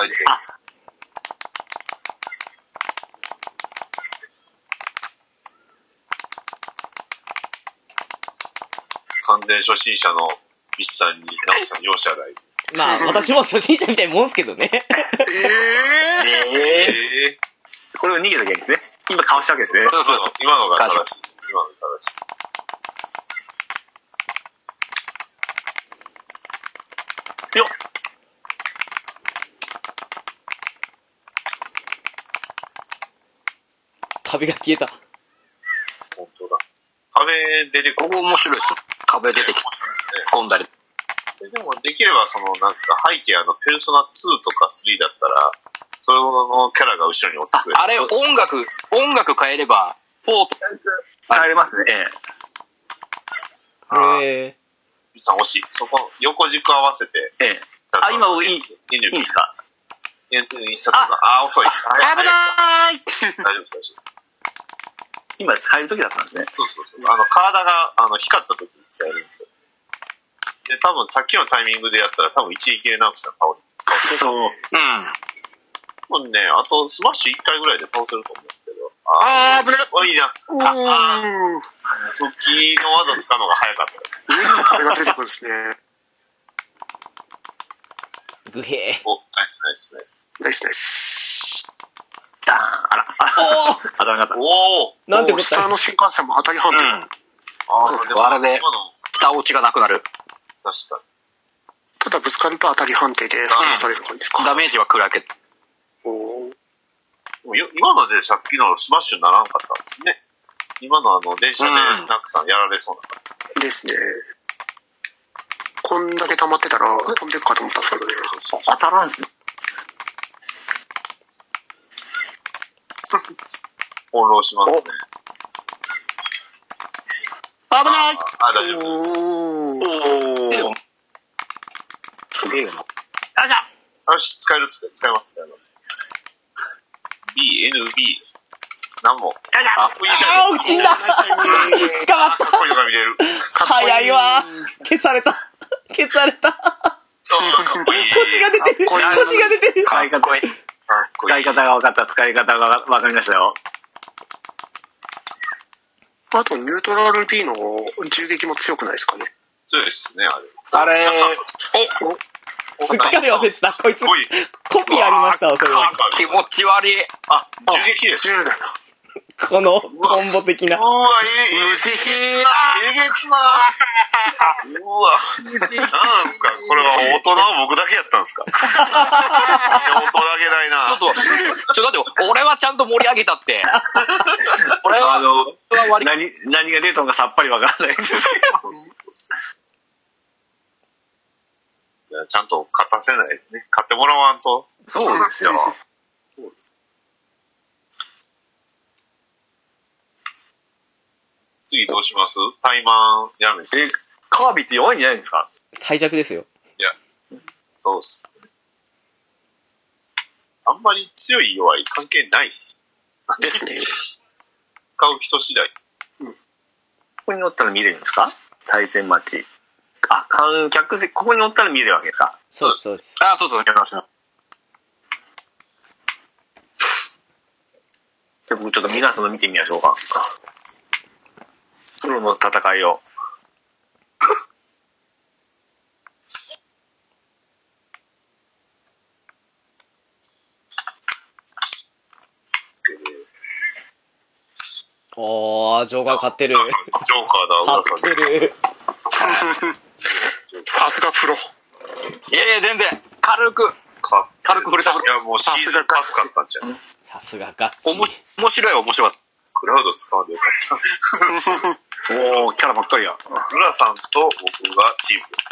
完全初心者のビシさんに、直樹さん容赦ない。 まあ、私も初心者みたいなもんすけどね。 これを逃げときゃいいんですね。今かわしたわけですね。 そう。 今のが正しい。 よっ。 壁が消えた。 本当だ。壁出てくる。 ここ面白いです。壁出てきて、飛んだり。 でも、できれば、なんですか、背景ペルソナ2とか3だったら、そのキャラが後ろに追ってくれる。 あれ、音楽変えれば、4と変えれますね。 ビシさん惜しい。そこ、横軸合わせて。 今僕いいですか？ 遅い。 危ない。 大丈夫。 今使える時だったんですね。 そう。体が、光った時に使えるんで。多分さっきのタイミングでやったら多分一撃で直樹さん倒れる。 そう。 多分ね、あとスマッシュ1回ぐらいで倒せると思うんですけど。 危ない。 いいな。復帰の技使うのが早かったです。 上に壁が出てくるんですね。 グヘー。 ナイス。 ナイス。 ダーン。あら。当たらなかった。 なんてこと下の新幹線も当たり判定。 そうです。あれで、下落ちがなくなる。 確かに。 ただぶつかると当たり判定で反映される感じか。 ダメージは食らうけど。 今のでさっきのスマッシュにならんかったんですね。今の電車でナックさんやられそうな感じ。ですね。こんだけ溜まってたら飛んでいくかと思ったんですけどね。 当たらんすね。 翻弄しますね。 危ない。 大丈夫。 おー。すげえな。 よし、使えます。B、NB です。なんも。 死んだ。捕まった。 かっこいいのが見れる。 早いわ。消された。かっこいい。星が出てる。 使い方が分かった。使い方が分かりましたよ。 あと、ニュートラル B の銃撃も強くないですかね。 そうですね、 あれ。 すっかり忘れてた。こいつ、コピーありましたわ、それは。 気持ち悪い。 銃撃です。 銃だな。 このコンボ的な。 うわ、えげつな。うわ、なんすかこれは大人は僕だけやったんですか大人げないな。 ちょっと待って、俺はちゃんと盛り上げたって。俺は、 何が出たのかさっぱりわからないんですけど。ちゃんと勝たせないね。勝ってもらわんと。 そうですよ。 次どうします？タイマンやめて。 カービィって弱いんじゃないんですか？ 最弱ですよ。 いや、そうっす。あんまり強い弱い関係ないっす。 ですね。 使う人次第。 ここに乗ったら見れるんですか？対戦マッチ。観客席、ここに乗ったら見れるわけですか？ そうです、そうです。 そう。やりました。ちょっと皆さんの見てみましょうか。プロの戦いを。 ジョーカー勝ってる。 ジョーカーだ、 勝ってる。 さすがプロ。 いや、全然。軽く触れた。いや、もうシーズンパス買ったんちゃう。 さすがガッチ。 面白かった。 クラウド使わんでよかった。 おー、キャラばっかりや。 ルラさんと僕がチームです。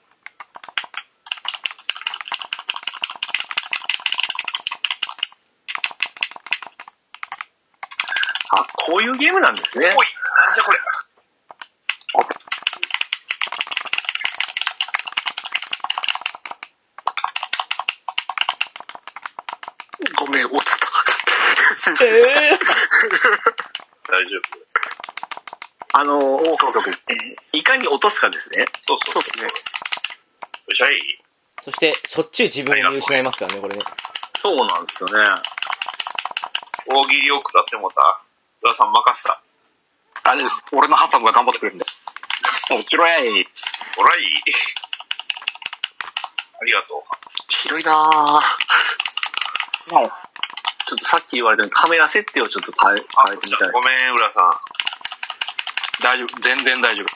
こういうゲームなんですね。 おい、じゃあこれ。 ごめん、落ちた。 大丈夫。いかに落とすかですね。 そうですね。 よっしゃい。 そして、しょっちゅう自分を見失いますからね、これね。 そうなんですよね。 大喜利を食らってもうた。ルラさん任せた。 あれです。俺のハッサムが頑張ってくれるんで。おっちろやい。 おらい。ありがとう。 広いなぁ。 ちょっとさっき言われたようにカメラ設定をちょっと変えてみたい。 ごめん、浦さん。 大丈夫。全然大丈夫。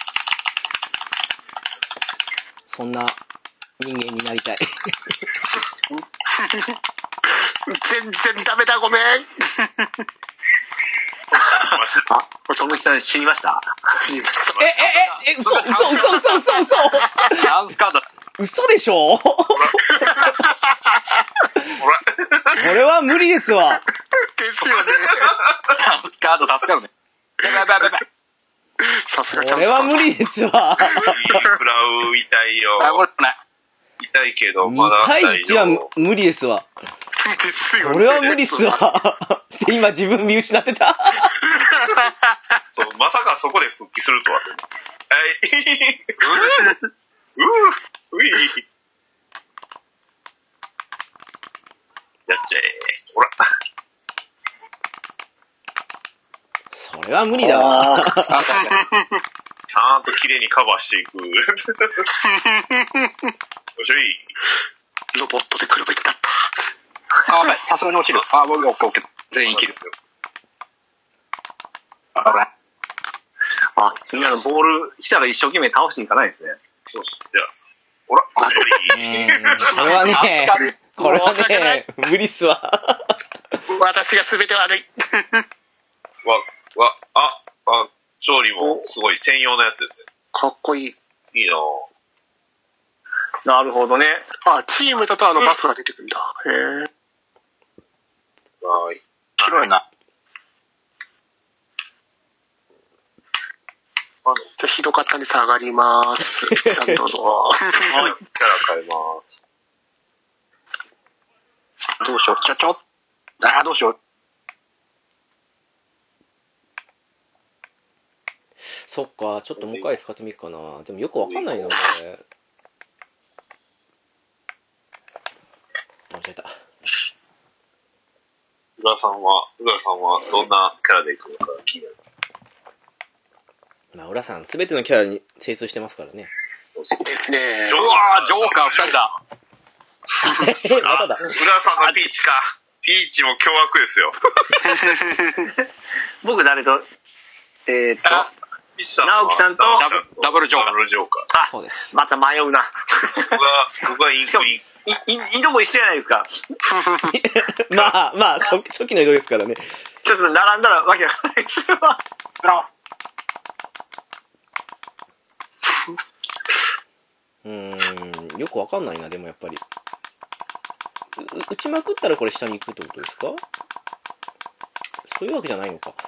そんな人間になりたい。 全然ダメだ、ごめん。 ともきさん死にました？ 死にました。 嘘。 チャンスカード。 嘘でしょ？これは無理ですわ。 ですよね。 チャンスカード助かるね。やばい。 さすがチャンスカード。 これは無理ですわ。 食らう、痛いよ。 これない。 痛いけど、まだ 2対1は無理ですわ。 ですよね。 これは無理っすわ。今自分見失ってた。 そう、まさかそこで復帰するとは。はい。うい。やっちゃえ。ほら。 それは無理だわ。 ちゃんと綺麗にカバーしていく。よいしょい。 ロボットで来るべきだった。 さすがに落ちる。オッケー。全員切る。 みんなのボール来たら一生懸命倒しに行かないですね。 そうっす。じゃあ、ほら、 これはね、無理っすわ。 私が全て悪い。 勝利もすごい専用のやつですね。 かっこいい。 いいなぁ。 なるほどね。 チームだとバスが出てくるんだ。へえ。 はい。 白いな。 じゃあひどかったんで下がります。さんどうぞ。 はい。キャラ変えます。 どうしよう。どうしよう。 そっか、ちょっともう一回使ってみるかな。でもよくわかんないな、これ。間違えた。 浦さんはどんなキャラでいくのか気になる。 まあ、浦さん、すべてのキャラに精通してますからね。 ですね。 うわー、ジョーカー2人だ。 まただ。 浦さんのピーチか。ピーチも凶悪ですよ。 僕誰と、直樹さんとダブルジョーカー。 そうです。 また迷うな。 ここがインクリ色も一緒じゃないですか。 まあ、初期の色ですからね。 ちょっと並んだらわけがないですよ。 よくわかんないな、でもやっぱり。打ちまくったらこれ下に行くってことですか？そういうわけじゃないのか。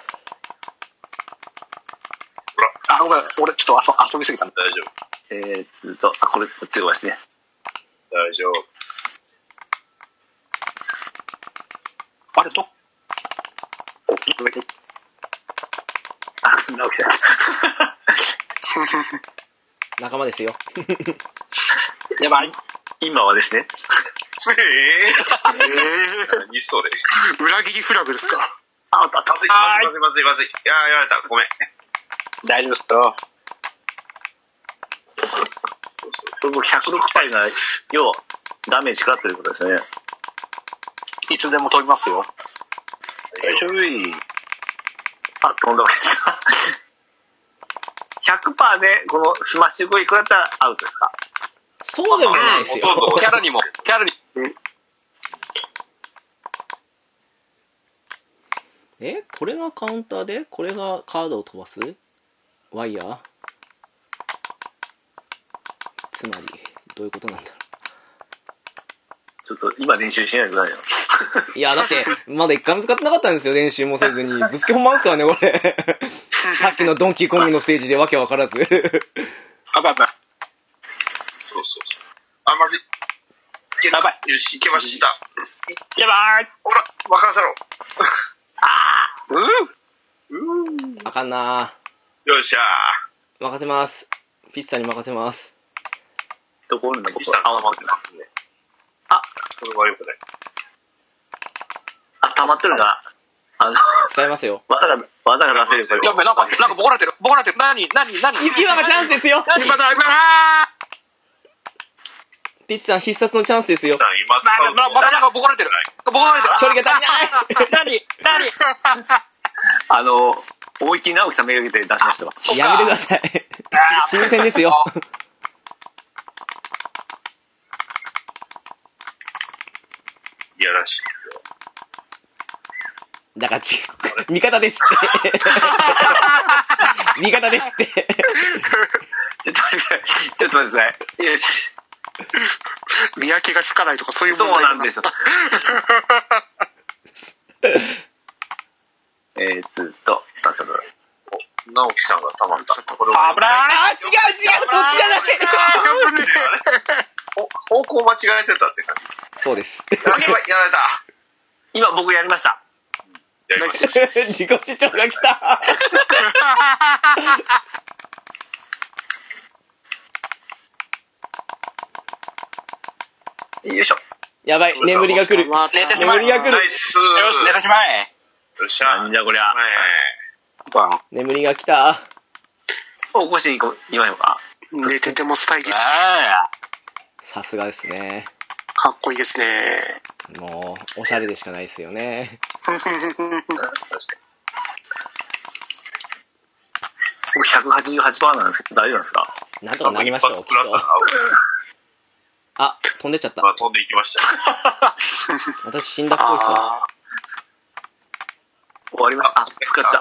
ごめん、俺ちょっと遊びすぎたんだ。 大丈夫。 これ、こっちごわしてね。 大丈夫。 あれと直樹さん。 仲間ですよ。 やばい。 今はですね。 何それ。 裏切りフラグですか？ まずい。やられた。ごめん。 大丈夫ですよ。 僕106体が、要は、ダメージかかってることですね。 いつでも飛びますよ。 飛んだわけですか。100% で、このスマッシュ5いくらだったらアウトですか？ そうでもないですよ。 キャラに。 これがカウンターで、これがカードを飛ばす？ワイヤー？つまり、どういうことなんだろう。ちょっと今練習しないでくださいよ。 いや、だって、まだ一回も使ってなかったんですよ、練習もせずに。ぶつけ本番ですからね、これ。さっきのドンキーコングのステージでわけわからず。 そう。 まずい。 やばい。 よし、いけました。 やばい。 ほら、任せろ。 あかんなー。よっしゃー。任せます。ピッサに任せます。 どこおるんだ、僕は。溜まってますね。それはよくない。 溜まってるな。 使いますよ。 技が出せる。 やべ、なんかボコられてる。何雪輪がチャンスですよ。 今だピッチさん必殺のチャンスですよ。 またなんかボコられてる。 距離が足りない。 思いっきり直樹さんめがけて出しましたわ。 やめてください。新鮮ですよ。 いやらしいよ。 だから味方ですって。味方ですって。 ちょっと待ってください。よし。 見分けがつかないとかそういう問題なんですよ。 直樹さんがたまった。 危ない。 違う、そっちじゃない。 方向間違えてたって感じです。 そうです。 やられた。 今僕やりました。 自己主張が来た。 よいしょ。 やばい、眠りが来る。眠りが来る。 ナイス。 よし、寝かしまえ。 よっしゃ。 なんじゃこりゃ。 眠りが来た。 起こしに行きましょうか。 寝ててもスタイリッシュ。さすがですね。 かっこいいですね。 もう、おしゃれでしかないですよね。 僕188%なんですけど、大丈夫なんですか？ なんとかなりましたよ、きっと。あ、飛んでっちゃった。 飛んでいきました。 私死んだっぽいさ。 終わりました。あ、復活した。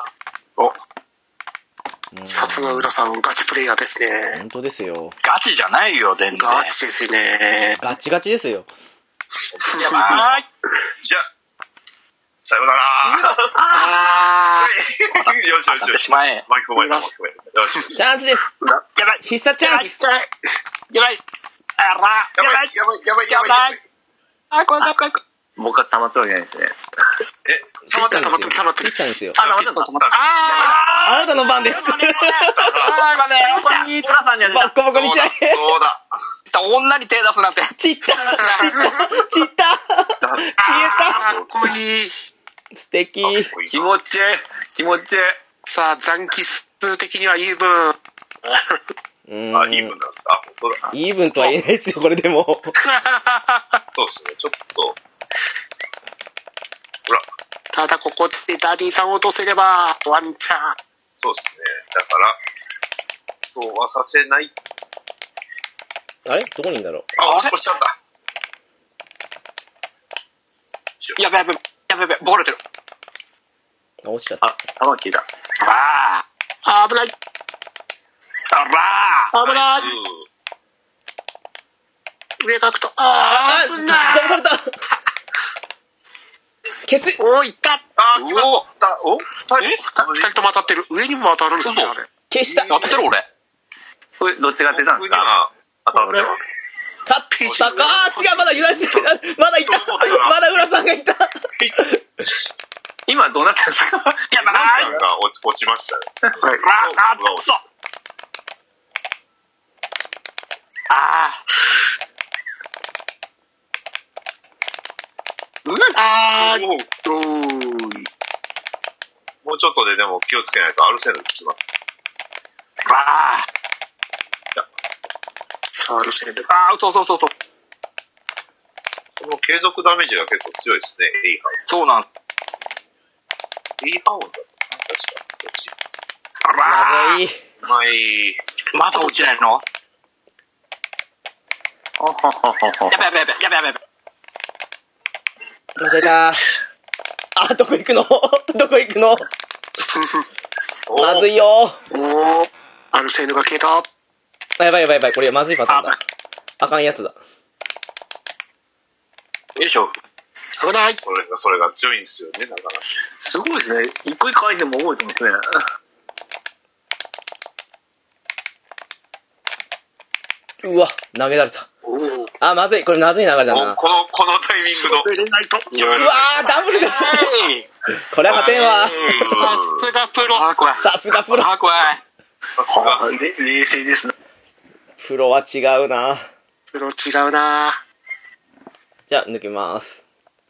さすが浦さん、ガチプレイヤーですね。 本当ですよ。 ガチじゃないよ、全然。 ガチですね。 ガチガチですよ。 やばい。 じゃあ、さようなら。よしよしよし。 巻き込まれた。よし。 チャンスです。 やばい。 必殺チャンス。 やばい。あら。やばい。あ、怖い。 僕は溜まってるわけないですね。 溜まってる。 ピッチャーですよ。 あなたの番です。 今ね。 浦さんにはね。 バッコバコにしちゃえ。 そうだ。 女に手出すなんて。 散った。消えた。 かっこいい。 素敵。 気持ちいい。 さあ、残機数的にはイーブン。 イーブンなんですか。本当だ。 イーブンとは言えないですよ、これでも。 そうですね、ちょっと。 ただここでダディさんを落とせればワンチャン。 そうですね。だから、そうはさせない。 あれどこにいるんだろう。 落ちちゃった。 やべ、ボレてる。 落ちちゃった。 弾切いた。 危ない。危ない。上がくと。危ない。 騙された。消す。 おいった。 決まった。お二人とも当たってる。上にも当たるんですね、あれ。 消した。 当たってる俺。 これ、どっちが当てたんですか？ 当たってます。 勝ったか。違う、まだ揺らしてる。まだいた。まだ浦さんがいた。 今どうなってるんですか？ やばい。 浦さんが落ちましたね。 くそ。 もうちょっとででも気をつけないとアルセンル来ます。 さあ、アルセンル。 そう。 この継続ダメージが結構強いですね、エイハウン。 そうなん。 エイハウンだったな、確か。こっち。 まずい。 まだ落ちないの？やべ。 間違えた。どこ行くのまずいよ。 アルセンルが消えた。 やばい。これまずいパターンだ。あかんやつだ。 よいしょ。 危ない。 それが強いんですよね、だから。 すごいですね。一個一個アイテム多いと思うんですね。 うわ、投げられた。まずい。これまずい流れだな。 このタイミングの。 うわダブルだ。これは勝てんわ。 さすがプロ。 さすがプロ。 冷静ですね。 プロは違うな。じゃあ、抜けます。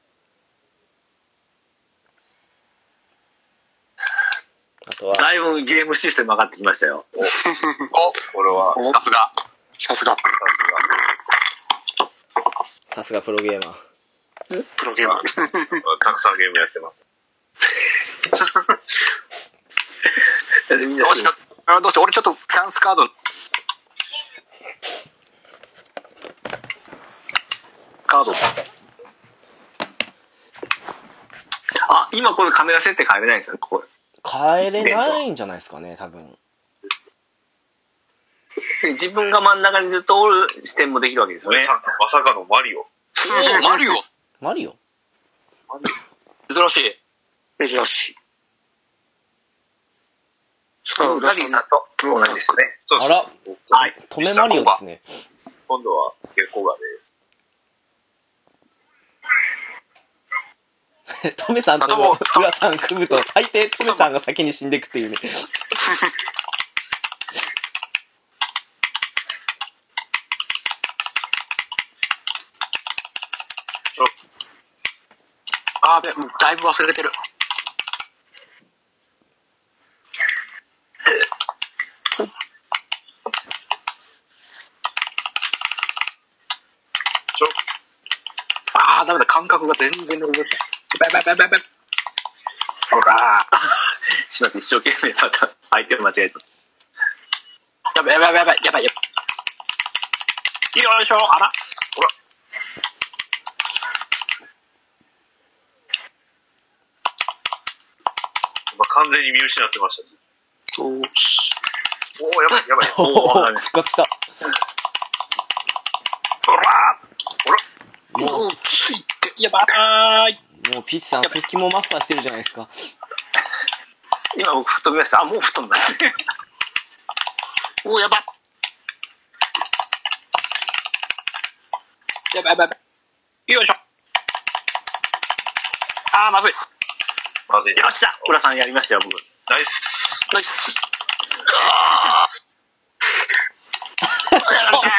あとは。 だいぶゲームシステム分かってきましたよ。 これは。 さすが。 さすがプロゲーマー。 たくさんゲームやってます。 どうしよう。俺ちょっとチャンスカード。 今このカメラ設定変えれないんですよ、ここ。 変えれないんじゃないですかね、多分。 自分が真ん中にずっとおる視点もできるわけですよね。 まさかのマリオ。 マリオ珍しい。 そう、 ダディさんと同じですよね。 あら、止めマリオですね。 今度はゲコガです。 トメさんと浦さん組むと最低トメさんが先に死んでいくっていうね。 だいぶ忘れてる。ダメだ、感覚が全然乗り出ない。やばい。ほらしまって、一生懸命また相手を間違えた。 やばい。よいしょ、あら。ほら。 完全に見失ってました。 そう。 おー、やばい、やばい。おー、 復活した。 ほらもう、ついて。 やばーい。 もうピッチさん、復帰もマスターしてるじゃないですか。 今僕吹っ飛びました。あ、もう吹っ飛んだ。 おー、やば。 やばいやばいやばい。よいしょ。あー、まずい。 まずい。 よっしゃ、浦さんやりましたよ、僕。 ナイス。 ナイス。 コメさんが、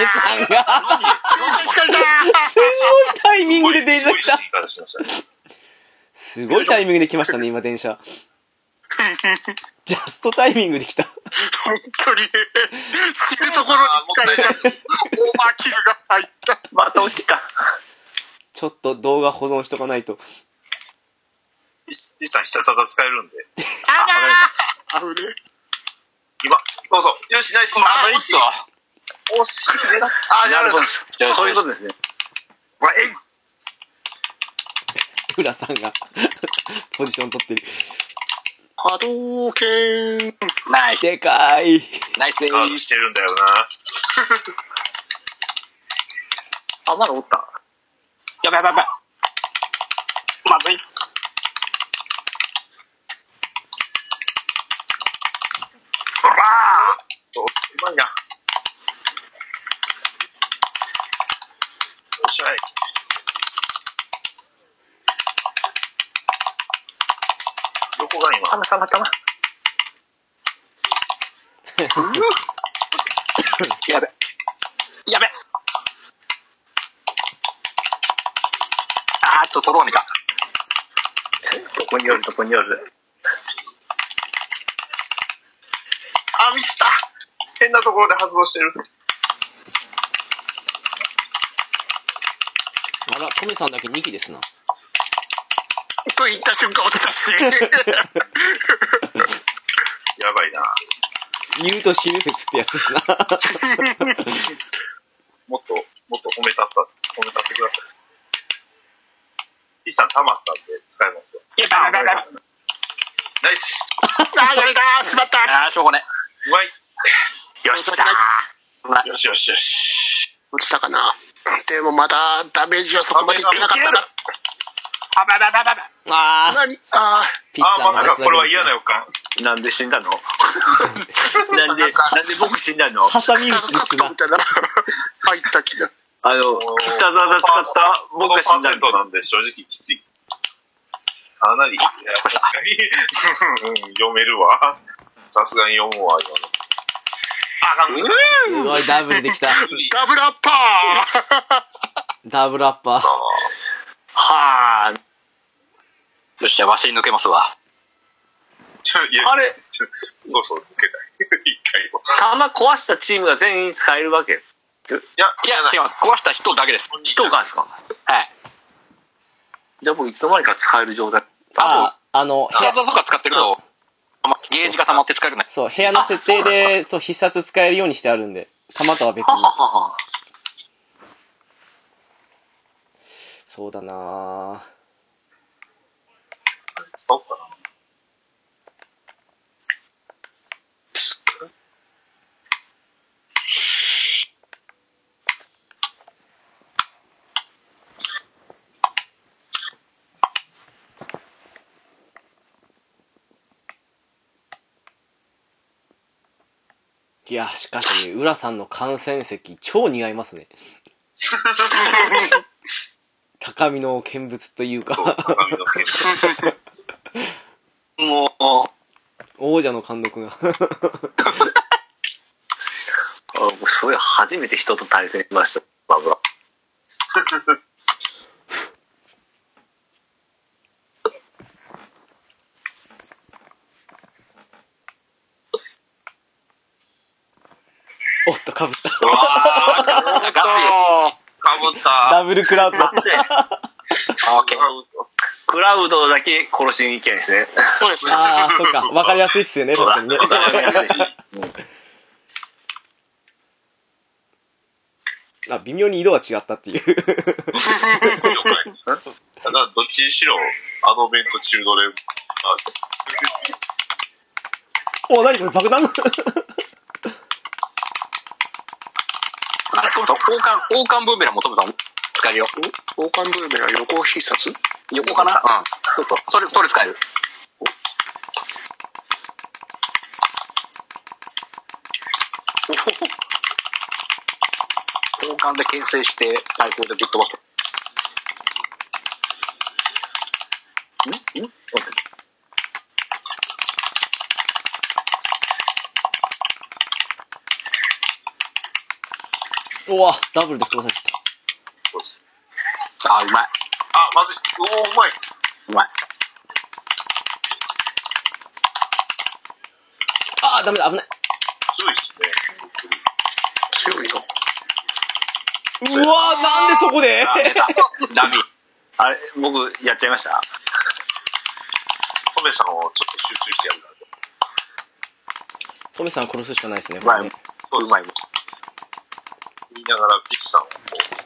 すごいタイミングで電車来た。すごいタイミングで来ましたね、今電車。ジャストタイミングで来た。 本当にね、死ぬところに惹かれた。オーバーキルが入った。 また落ちた。 ちょっと動画保存しとかないと。 リさん、必殺技使えるんで。 あぶね。 今、どうぞ。よし、ナイス。 まずいっと。 惜しい。 あ、なるほど。そういうことですね。 浦さんがポジション取ってる。 波動拳。 ナイス。 でかい。 ナイスでガードーす。 してるんだよな。 あ、まだおった。 やばいやばいやばい。まずい。 ほらうまいな。よっしゃい。どこが今？ たまたま。 やべ。やべ。取ろうにか。 どこにおる。 あ、ミスった。変なところで発動してる。 あら、トメさんだけ2機ですな。 と言った瞬間落ちたし。 やばいな。 言うと死ぬ説ってやつですな。 もっと褒めたってください。イさん溜まったんで使いますよ。 やばい。 ナイス。 あ、やめたー、しまった。 あー、しょうがね。 うまい。 よっしゃー。 よし。 落ちたかな。でもまだダメージはそこまでいってなかったから。 あばばばばば。 あー。 何あピッツァのまさかこれは嫌な予感。 なんで死んだのなんで僕死んだのハサミ撃ちですな。 みたいな。入った気だ。 必殺技使った僕が死んだの。なんで正直きつい。かなり、さすがに、読めるわ。さすがに読むわ、今の。 すごいダブルできた。 ダブルアッパー。 ダブルアッパー。 はー。 よっしゃ、わし抜けますわ。 あれそう、抜けたい。一回も。 弾壊したチームが全員使えるわけ？ いや、違います。壊した人だけです。 人がですか？ はい。 じゃあもういつの間にか使える状態。 必殺技とか使ってると、ゲージが溜まって使えるね。 そう、部屋の設定で、そう、必殺使えるようにしてあるんで、弾とは別に。そうだなぁ。 使おうかな。 いや、しかし、浦さんの観戦席、超似合いますね。高みの見物というか。 高みの見物。 もう、 王者の貫禄が。 それ初めて人と対戦しました。バブラ。 おっと、かぶった。 かぶった。 ダブルクラウドだった。 クラウドだけ殺しに行きゃいいですね。 そうです。 ああ、そうか。わかりやすいっすよね、確かにね。微妙に色は違ったっていう。 ただ、どっちにしろ、アドベントチルドレン、 お、何これ爆弾王冠ブーメラン求めたの使えるよ。 王冠ブーメラン横必殺？ 横かな？うん。そうそう。それ使える。王冠で牽制して対抗でぶっ飛ばす。 うわ、ダブルで飛ばされちゃった。 あ、うまい。 あ、まずい。おー、うまい。 うまい。 あー、ダメだ、危ない。 強いっすね。 強いよ。 うわー、なんでそこでダメ。 あれ、僕、やっちゃいました。 トメさんをちょっと集中してやるから。 トメさん殺すしかないですね。 うまい。うまい。 言いながらピッチさんをこ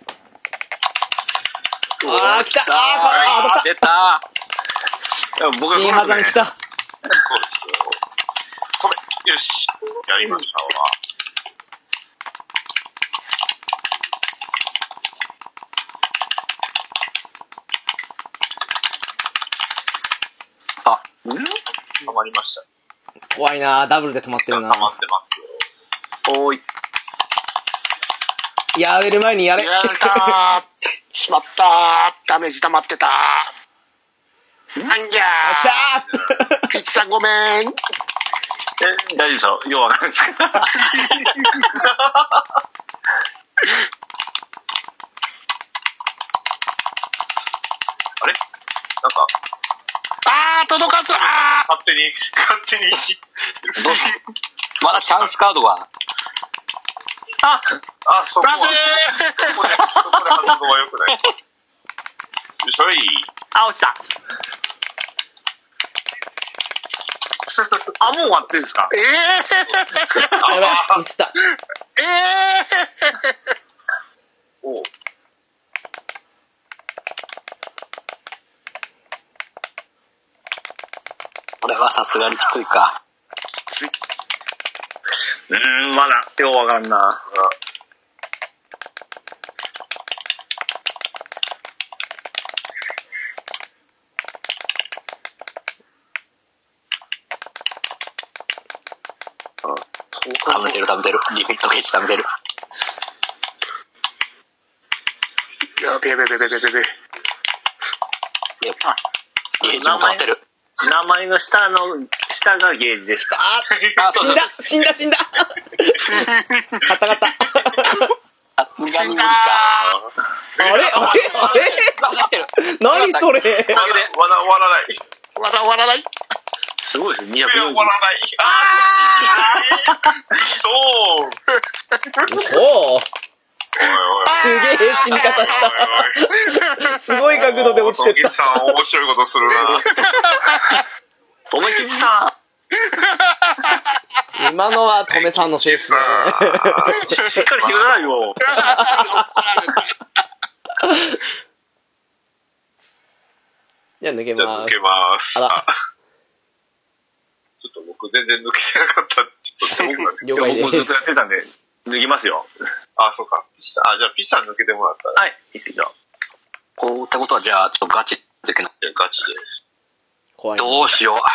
う。 あー、来た。 あー、出た。 僕が新破山来た。 そうですよ。トメ、よし。やりましたわ。溜まりました。 怖いな、ダブルで止まってるな。 溜まってますよ。 おーい。 やれる前にやれ。 やられたー。しまったー。ダメージ溜まってたー。なんじゃー。 よっしゃーピッチさんごめん。 大丈夫ですよ。ようわかんないですか。 あれなんか、 あー、届かずー。 勝手にどうしまだチャンスカードが。 そこは、 なぜそこで発動は良くない。よいしょい。 あ、落ちた。あ、もう終わってるんですか？ やばい、ミスった。 おう。 これはさすがにきついか。 まだ、ようわかんな。 食べてる。リミットゲージ食べてる。 やべやべやべやべやべ。 ゲージも溜まってる。 名前の下がゲージでした。 死んだ。勝った。 さすがに無理か。 あれ何それまだ終わらない。 終わらない。 すごいですね、240。 終わらない。 おすげえ死に方した。すごい角度で落ちてった。 トギさん面白いことするな。 思い切った。 今のはトメさんのせいですね。 しっかりしてくださいよ。 じゃあ抜けじゃあ抜けます。ちょっと僕全然抜けてなかった。ちょっと僕了解です。 僕ずっとやってたんで抜きますよ。 あ、そうか。じゃあピッサン抜けてもらったら。 はい。いいですよ。 こうってことはじゃあちょっとガチできない。 ガチで。 怖い。 どうしよう。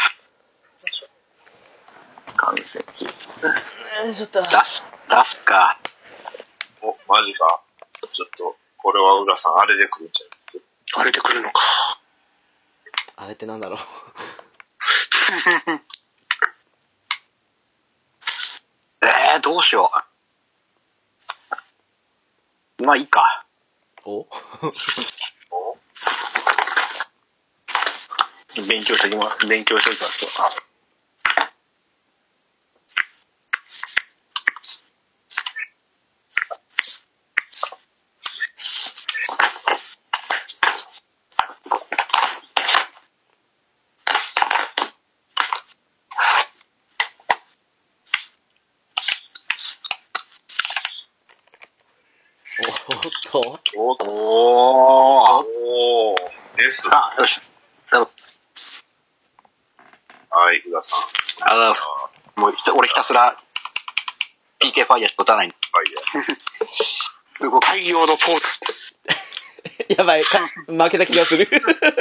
完成。 ちょっと出すか。 お、マジか。ちょっと、これは浦さん、あれで来るんちゃいます？ あれで来るのか。 あれってなんだろう。どうしよう。まあいいか。 お勉強しておきますと。 おーです。 あ、よし。 はい、浦さん。 もう俺ひたすら PK ファイヤーしか打たない。 太陽のポーズ。 やばい、負けた気がする。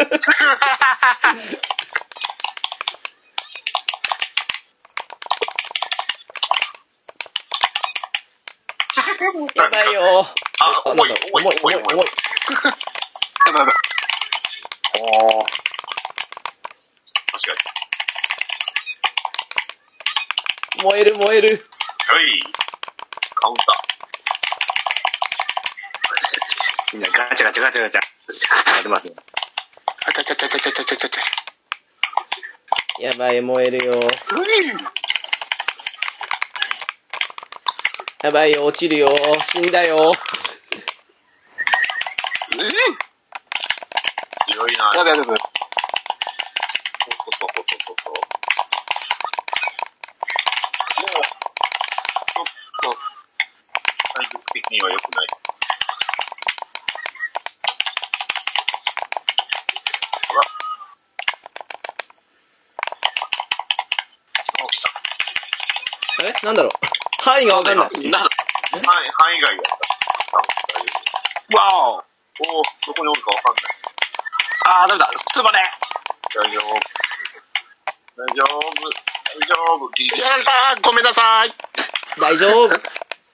やばいよ。 重い。 やばい。 確かに。 燃える。 はい。カウンタみんなガチャ。やってますね。 あちゃ。 やばい、燃えるよ。やばいよ、落ちるよ。死んだよ。 強いな。 やばい。 そう。もう、ちょっと、体力的には良くない。 あれなんだろう。範囲がわかんない。 範囲外だった。 わお。 どこにおるかわかんない。 ダメだ。つまね。 大丈夫。 やられた。ごめんなさい。 大丈夫。 ほら。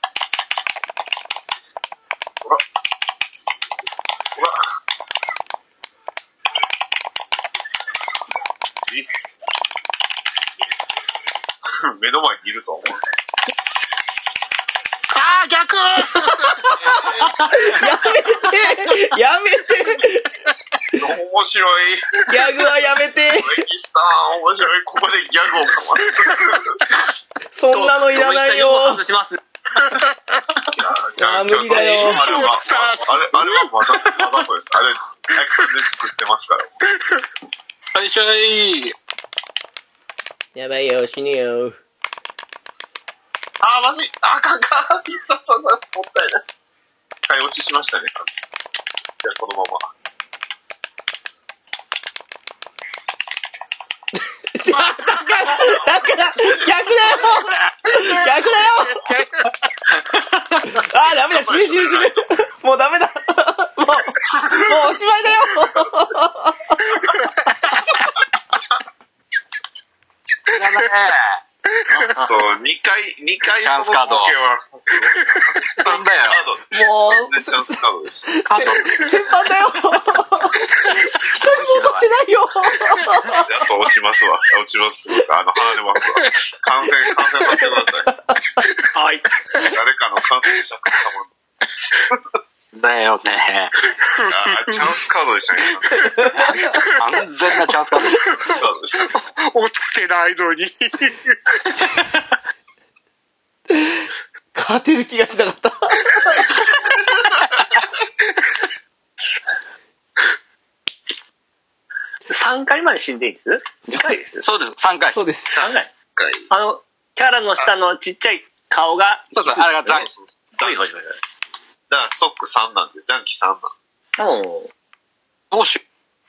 目の前にいると思う。 逆。 やめて。 面白い。 ギャグはやめて。 植木さん、面白い。ここでギャグをかまる。 そんなのいらないよ。 外します。 無理だよ。 あれはわざとです。あれ、完全に作ってますから。 はいしょい。 やばいよ、死ぬよ。 まずい。あかん。必殺技、もったいない。はい、落ちしましたね。じゃあ、このまま。 だから逆だよ。ダメだ、死ぬ。もうダメだ。もうおしまいだよ。 やばい。 2回チャンスカード。 はすごいな。 なんだよ。 もうチャンスカードでした。 カード。 先輩だよ。一人も落としてないよ。 やっと落ちますわ。離れますわ。感染させてください。 はい。 誰かの感染者かだよね。 チャンスカードでしたね。 完全なチャンスカードでした。 落ちてないのに。 勝てる気がしなかった。 3回まで死んでいいんです ?2 回です。 そうです、3回。 そうです。 3回。キャラの下のちっちゃい顔が。 そう、あれが残機。 だから、ストック3なんで、残機3なんで。 どうしよ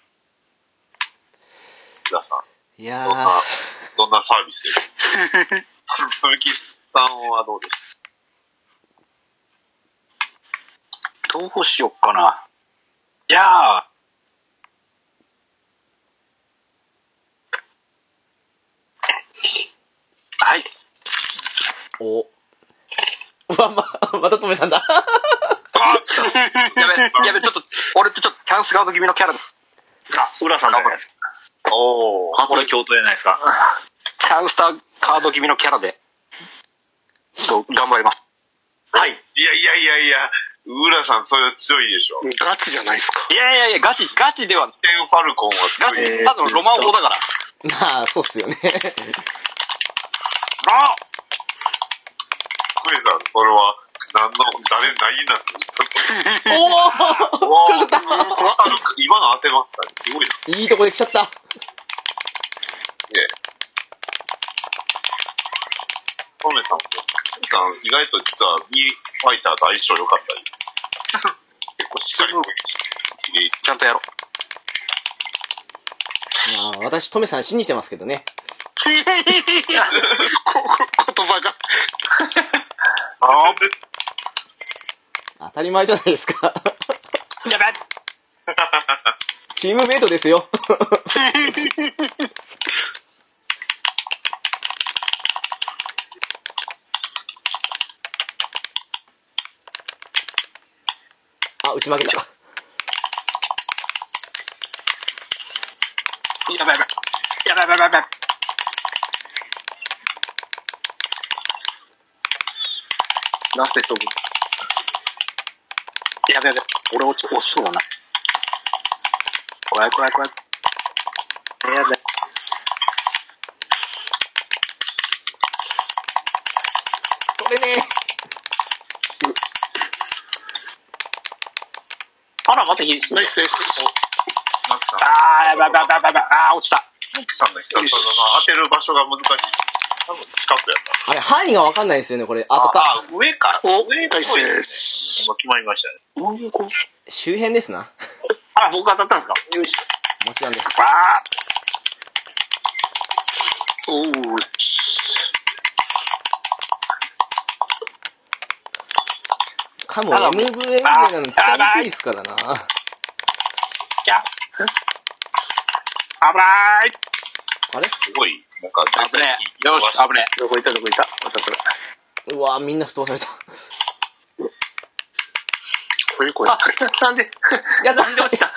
う。皆さん。 いやどんなサービスですか鈴木さんはどうですか。どうしよっかな。じゃあ、はい。 またトメさんだ。 やべ、ちょっと、俺ってちょっとチャンスガード気味のキャラだ。 浦さんだからです。これ京都じゃないですか。 チャンスカード気味のキャラで、頑張ります。 はい。 いや、浦さんそれ強いでしょ。 ガチじゃないですか。 いや、ガチでは。 テンファルコンは強い。 ガチ、ただのロマン法だから。 まあ、そうっすよね。 クメさん、それは、何になってるんですか今の当てますかねすごいな。 いいとこで来ちゃった。 ねトメさん、意外と実は B ファイターと相性良かったり。結構しっかり攻撃してちゃんとやろう。 まあ、私、トメさん信じてますけどね。 言葉が。 当たり前じゃないですか。 やばい。 チームメイトですよ。あ、打ち負けた。 やばいやばい。やばいやばいやばい。なんて飛ぶ。やべやべ。俺落ちそうだな。怖い怖い怖い。やべ。 これね。 あら、またいい。 ナイスです。 あー、やばいやばいやばいやばい。あー、落ちた。 モンキさんの必殺技の当てる場所が難しい。多分近くやった。 あれ、範囲がわかんないですよね、これ。当たった。 あ、上か。 お、 上ナイスです。 今決まりましたね。 周辺ですな。 あら、僕当たったんですか？よし。 もちろんです。 わー。 おー。 かも MVA なの使いにくいですからな。 や危ない。 あれすごい、なんか、 危ねえ。よし、危ねえ。どこ行ったどこ行った。 うわぁ、みんな吹っ飛ばされた。 これこれ。 なんでやったなんで落ちた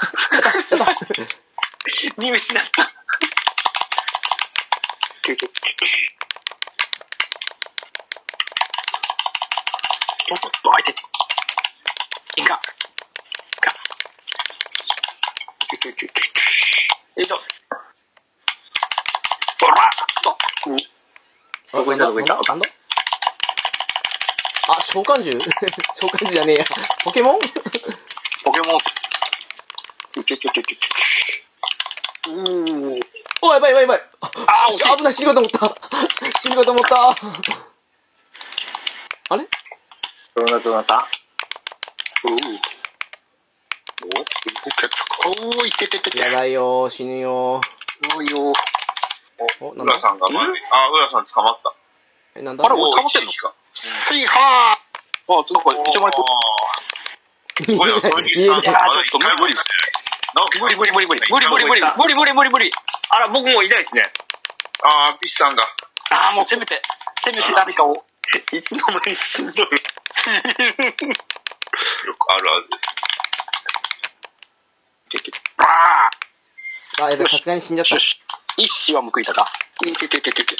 見失った。おっと、相手。いか。よいしょ。ほらくそ。どこ行ったどこ行ったなんだあ、召喚獣召喚獣じゃねえや。ポケモンポケモン。 お、やばいやばいやばい。 あー、惜しい。 危ない、死ぬかと思った。死ぬかと思った。あれどうなったおー、いてててて。 やばいよ、死ぬよ。 おーよ。 お、なんだ浦さんがまずい。あ、浦さん捕まった。 え、なんだあれ、俺かぶってんのスイハあ、なんか、一応前こすごいよ、小池さん。まだ一回も無理ですね。 無理無理無理無理無理無理無理無理無理無理無理。あら、僕もういないですね。 あー、ピッチさんが。 あー、もうせめて誰かを。 いつの間に死んどる。 よくあるあるです。 あ、やばい、さすがに死んじゃった。 一死は報いたか。 いててててて。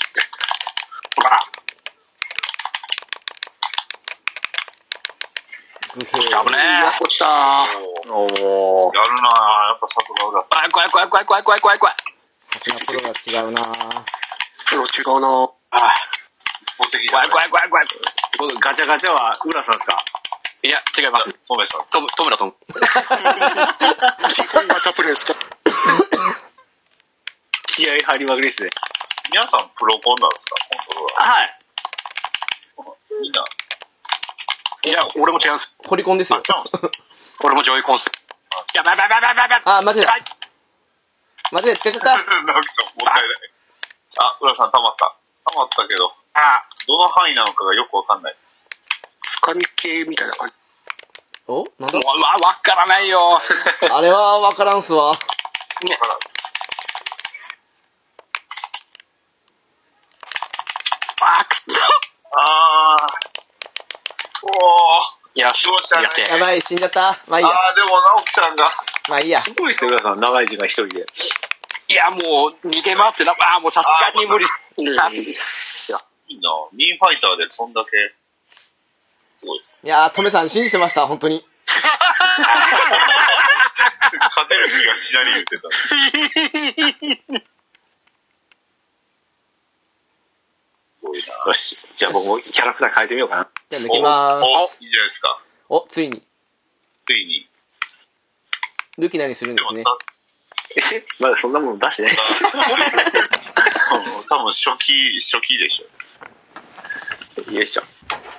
グヘ危ねえ。 落ちたー。 おー。 やるなぁ、やっぱ佐藤が浦。 怖い怖い怖い怖い怖い怖い怖い。 さすがプロが違うなぁ。 プロ違うなー。 あ法的怖い怖い怖い怖い。 このガチャガチャは浦さんですか？ いや、違います。 トメさん。 トムだトム。 自分ガチャプレイですか？ 気合入りまくりですね。 皆さんプロコンなんですか、コントローラはい。 ー。みんな。 いや、俺も違うんす。 ホリコンですよ。 俺もジョイコンス。やばいやばいやばいやばいやばい。 あ、間違えた。間違えた、使っちゃった。 直樹さん、もったいない。あ、浦さん溜まった。溜まったけど、どの範囲なのかがよくわかんない。 つかみ系みたいな感じ。 おなんだわからないよ。 あれはわからんっすわ。 わからんす。 くっそ。 おー。 いや、 どうしたね。 やばい、死んじゃった。まあいいや。 でも直樹さんが。 まあいいや。 すごいですよ、浦さん。長い時間一人で。 いや、もう、逃げ回ってな、もうさすがに無理。 いいな。ミーファイターでそんだけ、すごいっす。 いやー、トメさん信じてました、本当に。 勝てる気がしなり言ってた。 よし。じゃあ僕もキャラクター変えてみようかな。 じゃあ抜けまーす。 いいじゃないですか。 お、ついに。 ついに。 抜きなりするんですね。 まだそんなもの出してないです。 多分初期でしょ。 よいしょ。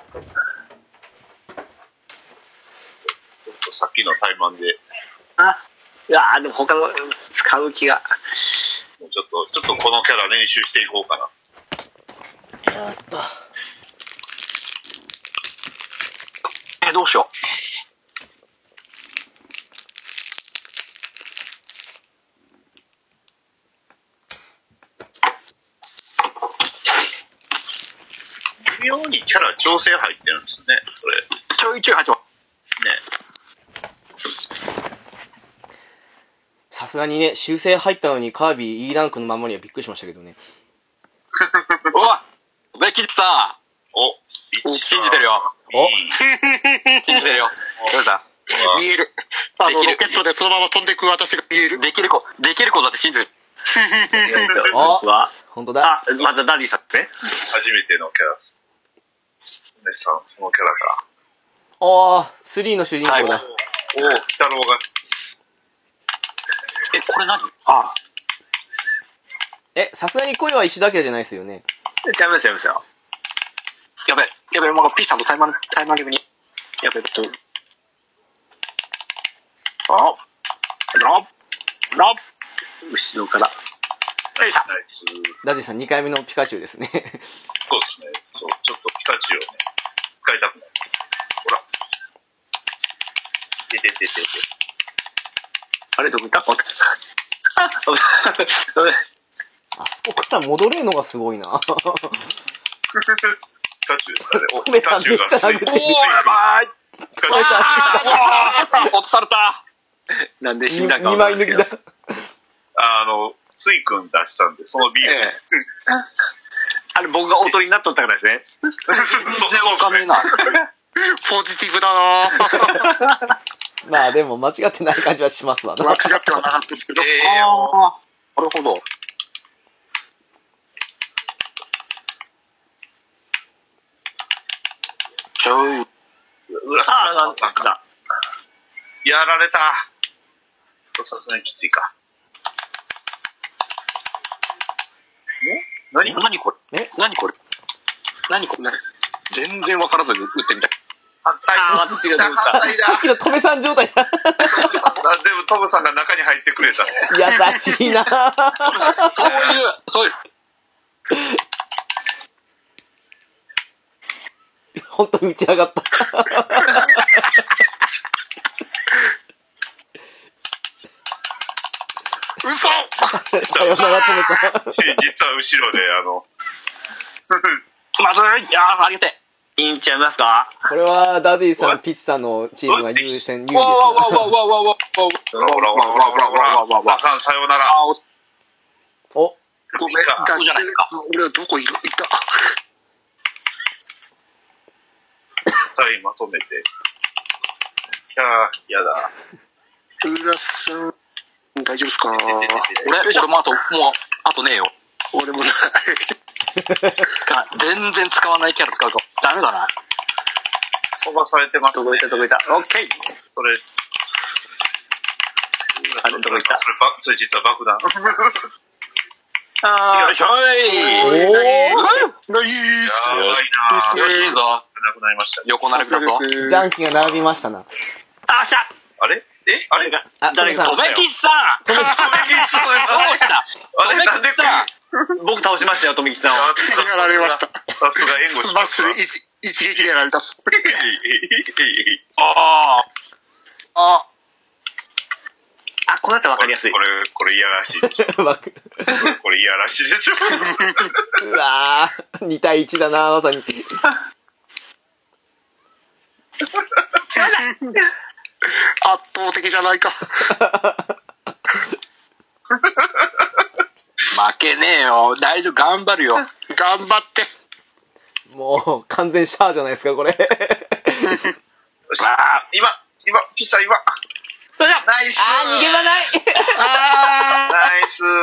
さっきの怠慢で。 いやでも他の使う気が。 ちょっとこのキャラ練習していこうかな。 やった。 どうしよう。 微妙にキャラ調整入ってるんですね、それ。 ちょいちょい入ってますね。さすがにね、修正入ったのにカービィ E ランクのままにはびっくりしましたけどね。 おベキッさん、信じてるよ。信じてるよ。どうだ。 見える。ロケットでそのまま飛んでいく私が見える。 できる子だって信じてる。 本当だ。 まずダディさんね。 初めてのキャラです。ネさん、そのキャラか。 3の主人公だ。 鬼太郎が。 これ何？ さすがに声は石だけじゃないですよね。 ちゃいますよ。 やべ、もうピーさんとタイマーゲームに。やべ、 後ろから。 ナイス。 ダディさん2回目のピカチュウですね。 そうですね。ちょっとピカチュウをね、使いたくない。ほら。出て。 あれ、どこ行った？ あそこから戻れるのがすごいな。 ピカチュウですかね。 ピカチュウがすごい。 やばい。落とされた。 なんで死んだか 2枚抜きだ。 ついくん出したんで、そのビールです。 あれ、僕がおとりになっとったからですね。 全然わかんねえな。 ポジティブだな。 まあでも間違ってない感じはしますわな。 間違ってはなかったですけど。 なるほど。 やられた。さすがにきついか。 何これ全然わからずに打ってみたい。 違う。 さっきのトメさん状態だ。 でもトムさんが中に入ってくれた。 優しいな。 そうです。 本当に打ち上がった。 嘘。 さよならトメさん。 実は後ろでまずい。ありがていいんちゃいますか？ これはダディさん、ピッチさんのチームが優先有利ですね。 さよなら。 お。 ごめん。俺はどこいた？ 二人まとめて。やだ。 浦さん、大丈夫ですか？ 俺もあとねえよ。 俺もない。 全然使わないキャラ使うとダメだな。 飛ばされてますね。 どこ行った。オッケー。 それ、どこ行った？それ実は爆弾。 よいしょい。 ナイス。 やばいな。 よし、いいぞ。 なくなりました。 横並びだぞ。 残機が並びましたな。 あっしゃ。 あれ？ 誰が？ とめきちさん。どうした？ あれなんで？ 僕倒しましたよ、とめきちさんを。 やられました。 さすが援護しました。 スマッシュで一撃でやられたっす。 こうなったらわかりやすい。 これいやらしいでしょ。これいやらしいでしょ。 うわー、2対1だな、まさに。 圧倒的じゃないか。 負けねえよ。大丈夫、頑張るよ。 頑張って。 もう、完全シャアじゃないですか、これ。 今、ピッサ今。ナイス。 逃げ場ない。 ナイス。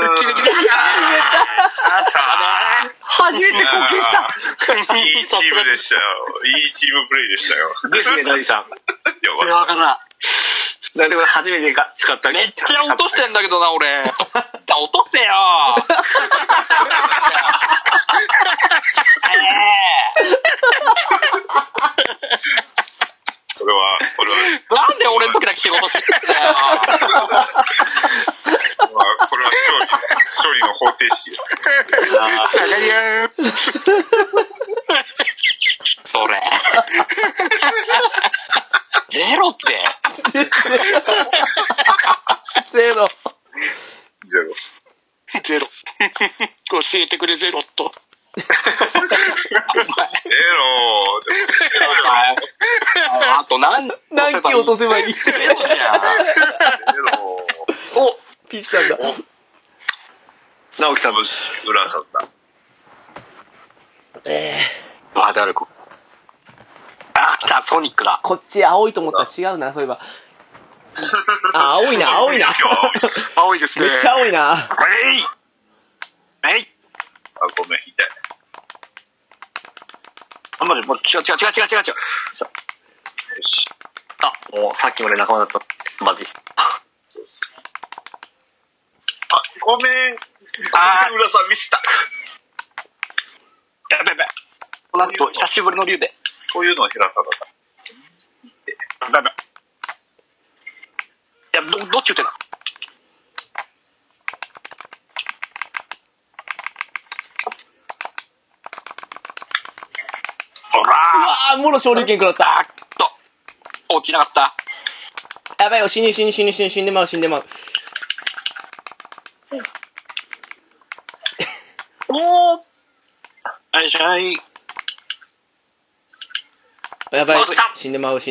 初めて貢献した。 いいチームでしたよ。いいチームプレイでしたよ。 ですね、ダディさん。 世話かな。 だってこれ初めて使った。 めっちゃ落としてんだけどな、俺。落とせよ。 これは。 なんで俺の時だけ仕事してんだよ。 これは勝利の定式です。 それ。ゼロって。 ゼロ。 教えてくれゼロと。 あと何機落とせばいい。 ゼロじゃん。 お、ピッチャーだ。 直樹さんと浦さんだ。 誰か。来た、ソニックだ。 こっち青いと思ったら違うな、そういえば。青いな。 青いですね。 めっちゃ青いな。 えい。 ごめん、痛い。 もう違う。よし。もうさっきまで仲間だった。マジ。 ごめん。浦さんミスった。 やべ。この後、久しぶりの竜で。 こういうのは平田だった。 やべ。いや、どっち打ってんの？ほらもろ昇竜拳食らった。 落ちなかった。 やばいよ、死んでまう。 おー。はいしゃい。 やばい、死んでまう。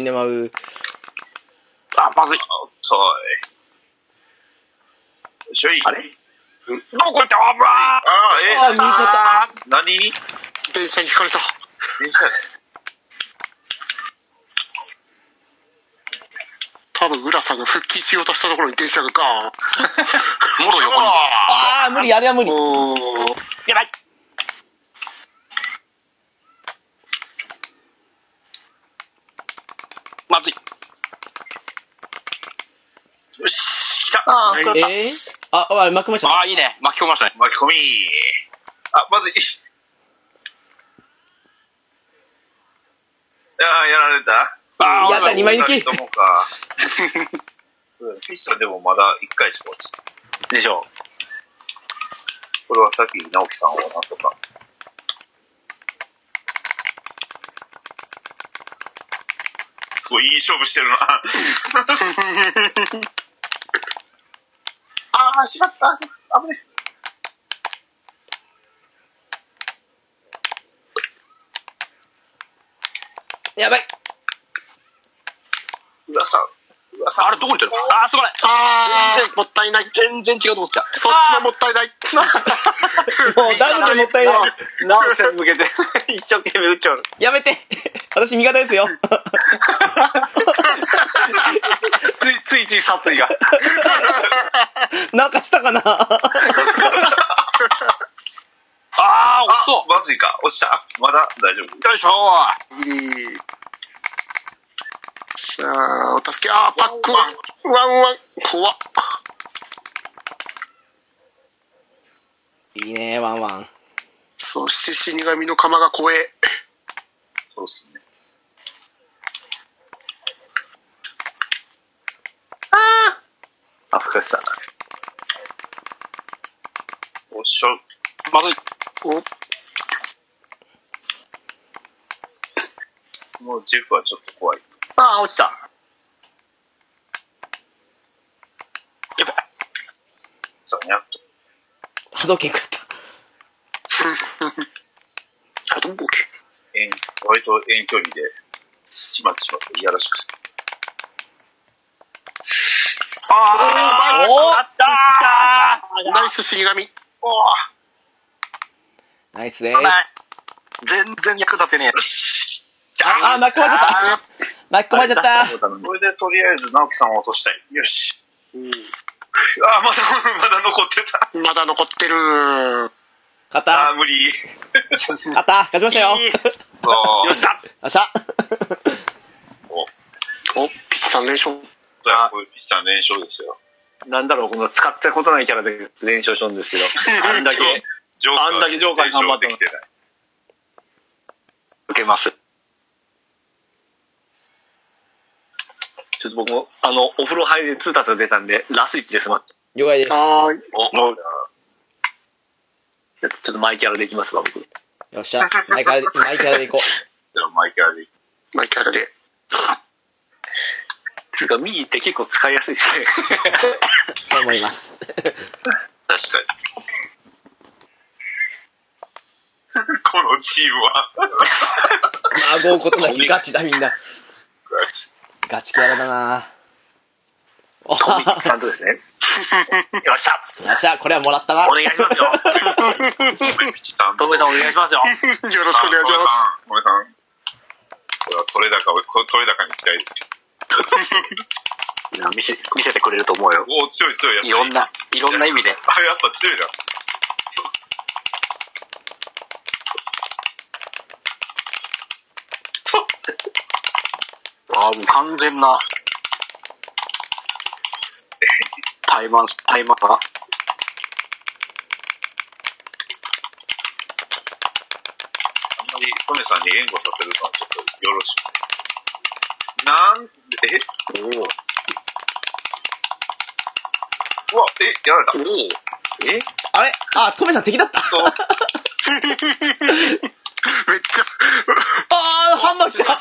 まずい。 しょい。 あれ？どこ行った？ 見ちゃった。 何？ 電車にひかれた。多分浦さんが復帰しようとしたところに電車がガーン。 もろ横に。 無理、あれは無理。 やばい。まずい。 よし、来た。 巻き込ましちゃった。 いいね。巻き込みましたね。 巻き込み。まずい。やられた。 やった、2枚抜き。 ともか。ピッサでもまだ1回しか落ちた。 でしょう。 これはさっき直樹さんをなんとか。すごいいい勝負してるな。しまった。危ね。 やばい。 浦さん。 あれどこ行ってる？すまない。全然もったいない。 全然違うとこ来た。 そっちももったいない。 もうダブルもったいない。 直樹さんに向けて一生懸命打っちゃう。 やめて。私味方ですよ。 つい殺意が。 なんかしたかな。 そう。 まずいか。落ちた。まだ大丈夫。 よいしょ。 さあ、お助け。パックワン。怖っ。 いいね、ワンワン。 そして死神の釜が怖え。 そうっすね。 深さ。 おっしょ。 まずい。 もうジェフはちょっと怖い。 落ちた。やばい。 さあ、やっと。 波動拳食らった。 波動拳。 割と遠距離で、ちまちまといやらしくして。 ナイス死神。 ナイスです。 全然役立てねえ。 巻き込まれちゃった。 これでとりあえず直樹さんを落としたい。よし。まだ残ってた。 まだ残ってる。 勝った。 無理。 勝ちましたよ。 そう。 よっしゃ。 ピッチさん連勝。 ピッチさん連勝ですよ。 なんだろう、この使ったことないキャラで連勝したんですけど、あんだけジョーカーに頑張ってきてない。受けます。ちょっと僕も、お風呂入りで2タスが出たんで、ラス1です。 了解です。 はーい。 ちょっとマイキャラでいきますわ、僕。 よっしゃ、マイキャラでいこう。 じゃあマイキャラで。 マイキャラで。 つうか、ミーって結構使いやすいですね。 そう思います。 確かに。このチームは。 まごうことなきガチだ、みんな。ガチキャラだな。 トミックさんとですね。よっしゃ。 よっしゃ、これはもらったな。 お願いしますよ。トメさんお願いしますよ。 よろしくお願いします。 トメさん。これは取れ高に期待ですけど。見せてくれると思うよ。 おお、強い。 いろんな意味で。 あ、やっぱ強いな。 もう完全なタイマーか。あんまりトメさんに援護させるのはちょっとよろしく。うわ、やられた。 あれトメさん敵だった。 めっちゃ。 ハンマー来た。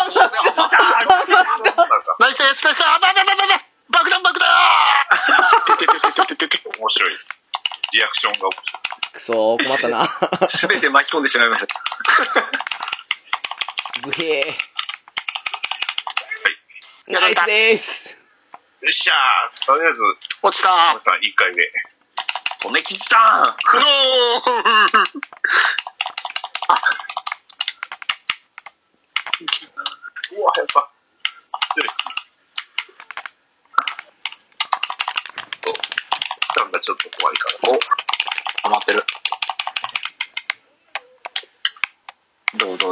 ナイス。爆弾面白いです。リアクションが。 くそー、困ったな。 すべて巻き込んでしまいました。 ブヘー。 ナイスです。 よっしゃー。とりあえず、 落ちた。 トメさん1回目。 トメキチさん。 うわ、やっぱ、強いっすね。なんかちょっと怖いから。 ハマってる。どう。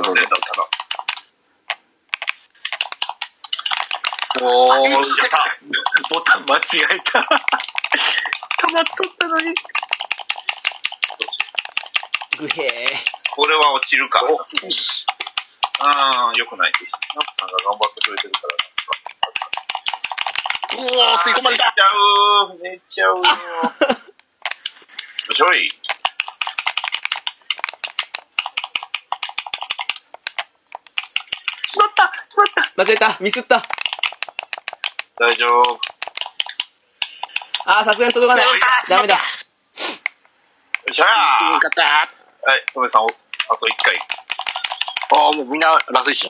ボタン間違えた。溜まっとったのに。 グヘー。 これは落ちるか。よくない。ナップさんが頑張ってくれてるから。 吸い込まれた。 寝ちゃうよ。ちょい。 しまった。 間違えた。ミスった。 大丈夫。 さすがに届かない。ダメだ。 よっしゃー。 よかった。 はい、トメさん、あと1回。 もうみんなラスイシ。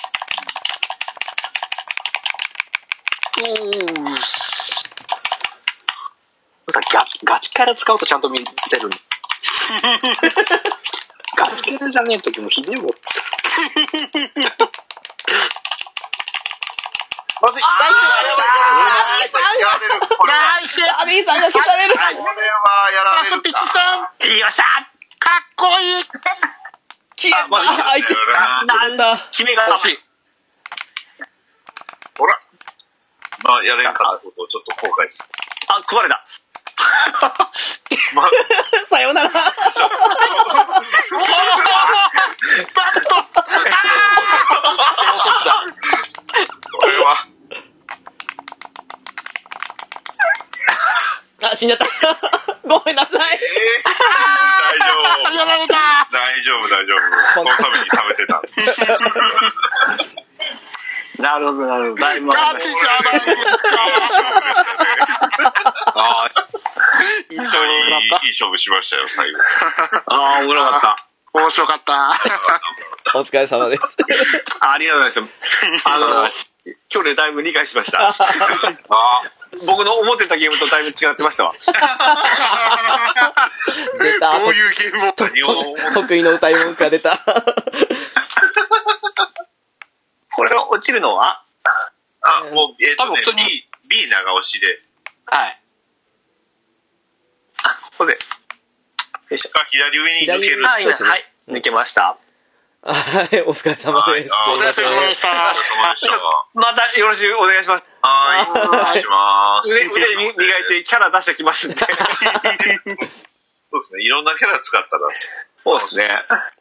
ガチキャラ使うとちゃんと見せる。ガチキャラじゃねえ時もひでえもん。 まずい。 ナイス。 アディさんが勝たれる。 これはやられるか。 サスピチさん。 よっしゃ。 かっこいい。 消えた。相手。なんだ。 決めが欲しい。 ほら。やれんかったことをちょっと後悔する。 食われた。 さよなら。 バット。 これは。 死んじゃった。ごめんなさい。 大丈夫。 やられた。 大丈夫。そのために食べてた。 なるほど。 ガチじゃないですか。 いい勝負しましたよ、最後。 面白かった。 お疲れ様です。 ありがとうございました。今日でだいぶ理解しました。僕の思ってたゲームとだいぶ違ってましたわ。 出た。 どういうゲームを得意の歌い文句が出た。 これが落ちるのはもう、 多分普通に B 長押しで。 はい。ここで。 左上に抜ける。 はい、抜けました。 はい、お疲れ様です。 お疲れ様でした。 またよろしくお願いします。 はい、お願いします。 腕磨いてキャラ出してきますんで。 そうですね、いろんなキャラ使ったら。 そうですね。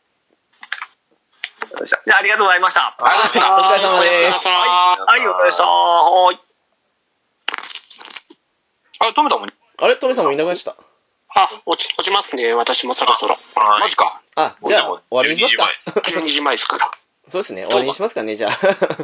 ありがとうございました。 お疲れ様です。 はい、お疲れ様でした。はい。 あれ、トメさんもいなくなっちゃった。 落ちますね、私もそろそろ。 マジか。 じゃあ、終わりにしますか。 12時前ですから。 そうですね、終わりにしますかね、じゃあ。 もう、プラトゥ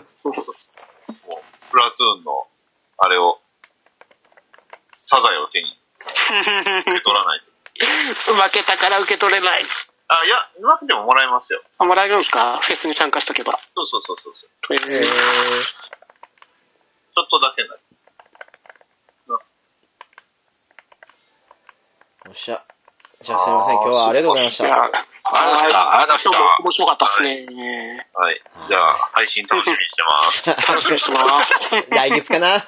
ーンの、あれを、サザエを手に、受け取らないと。 負けたから受け取れない。 いや、負けてももらえますよ。 もらえるんですか？フェスに参加しとけば。 そう。ちょっとだけなる。 よっしゃ。じゃあすみません、今日はありがとうございました。 ありがとうございました。面白かったですね。 はい。じゃあ、配信楽しみにしてます。 楽しみにしてます。 来月かな。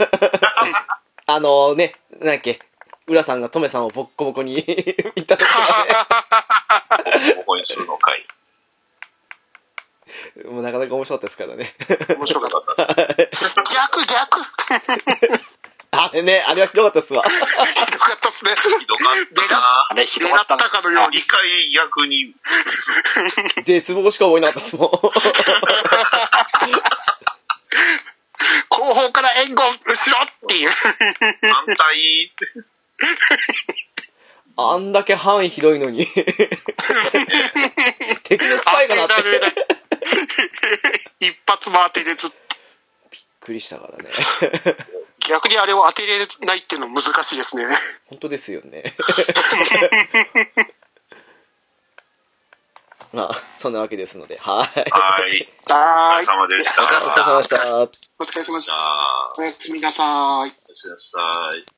ね、なんだっけ、浦さんがトメさんをボッコボコに言ったところで。ボコボコにするのかい。 もうなかなか面白かったですからね。 面白かったです。逆あれね、あれはひどかったっすわ。 ひどかったっすね。 ひどかったな。 あれひどかったかのように。 2回逆に。 絶望しか覚えなかったっすもん。 後方から援護後ろっていう。 反対。 あんだけ範囲広いのに。敵のスパイかなって。 一発も当てれず。 びっくりしたからね。 逆にあれを当てれないっていうの難しいですね。 本当ですよね。まあ、そんなわけですので、はい。 お疲れ様でした。 お疲れ様でした。おやすみなさい。 おやすみなさい。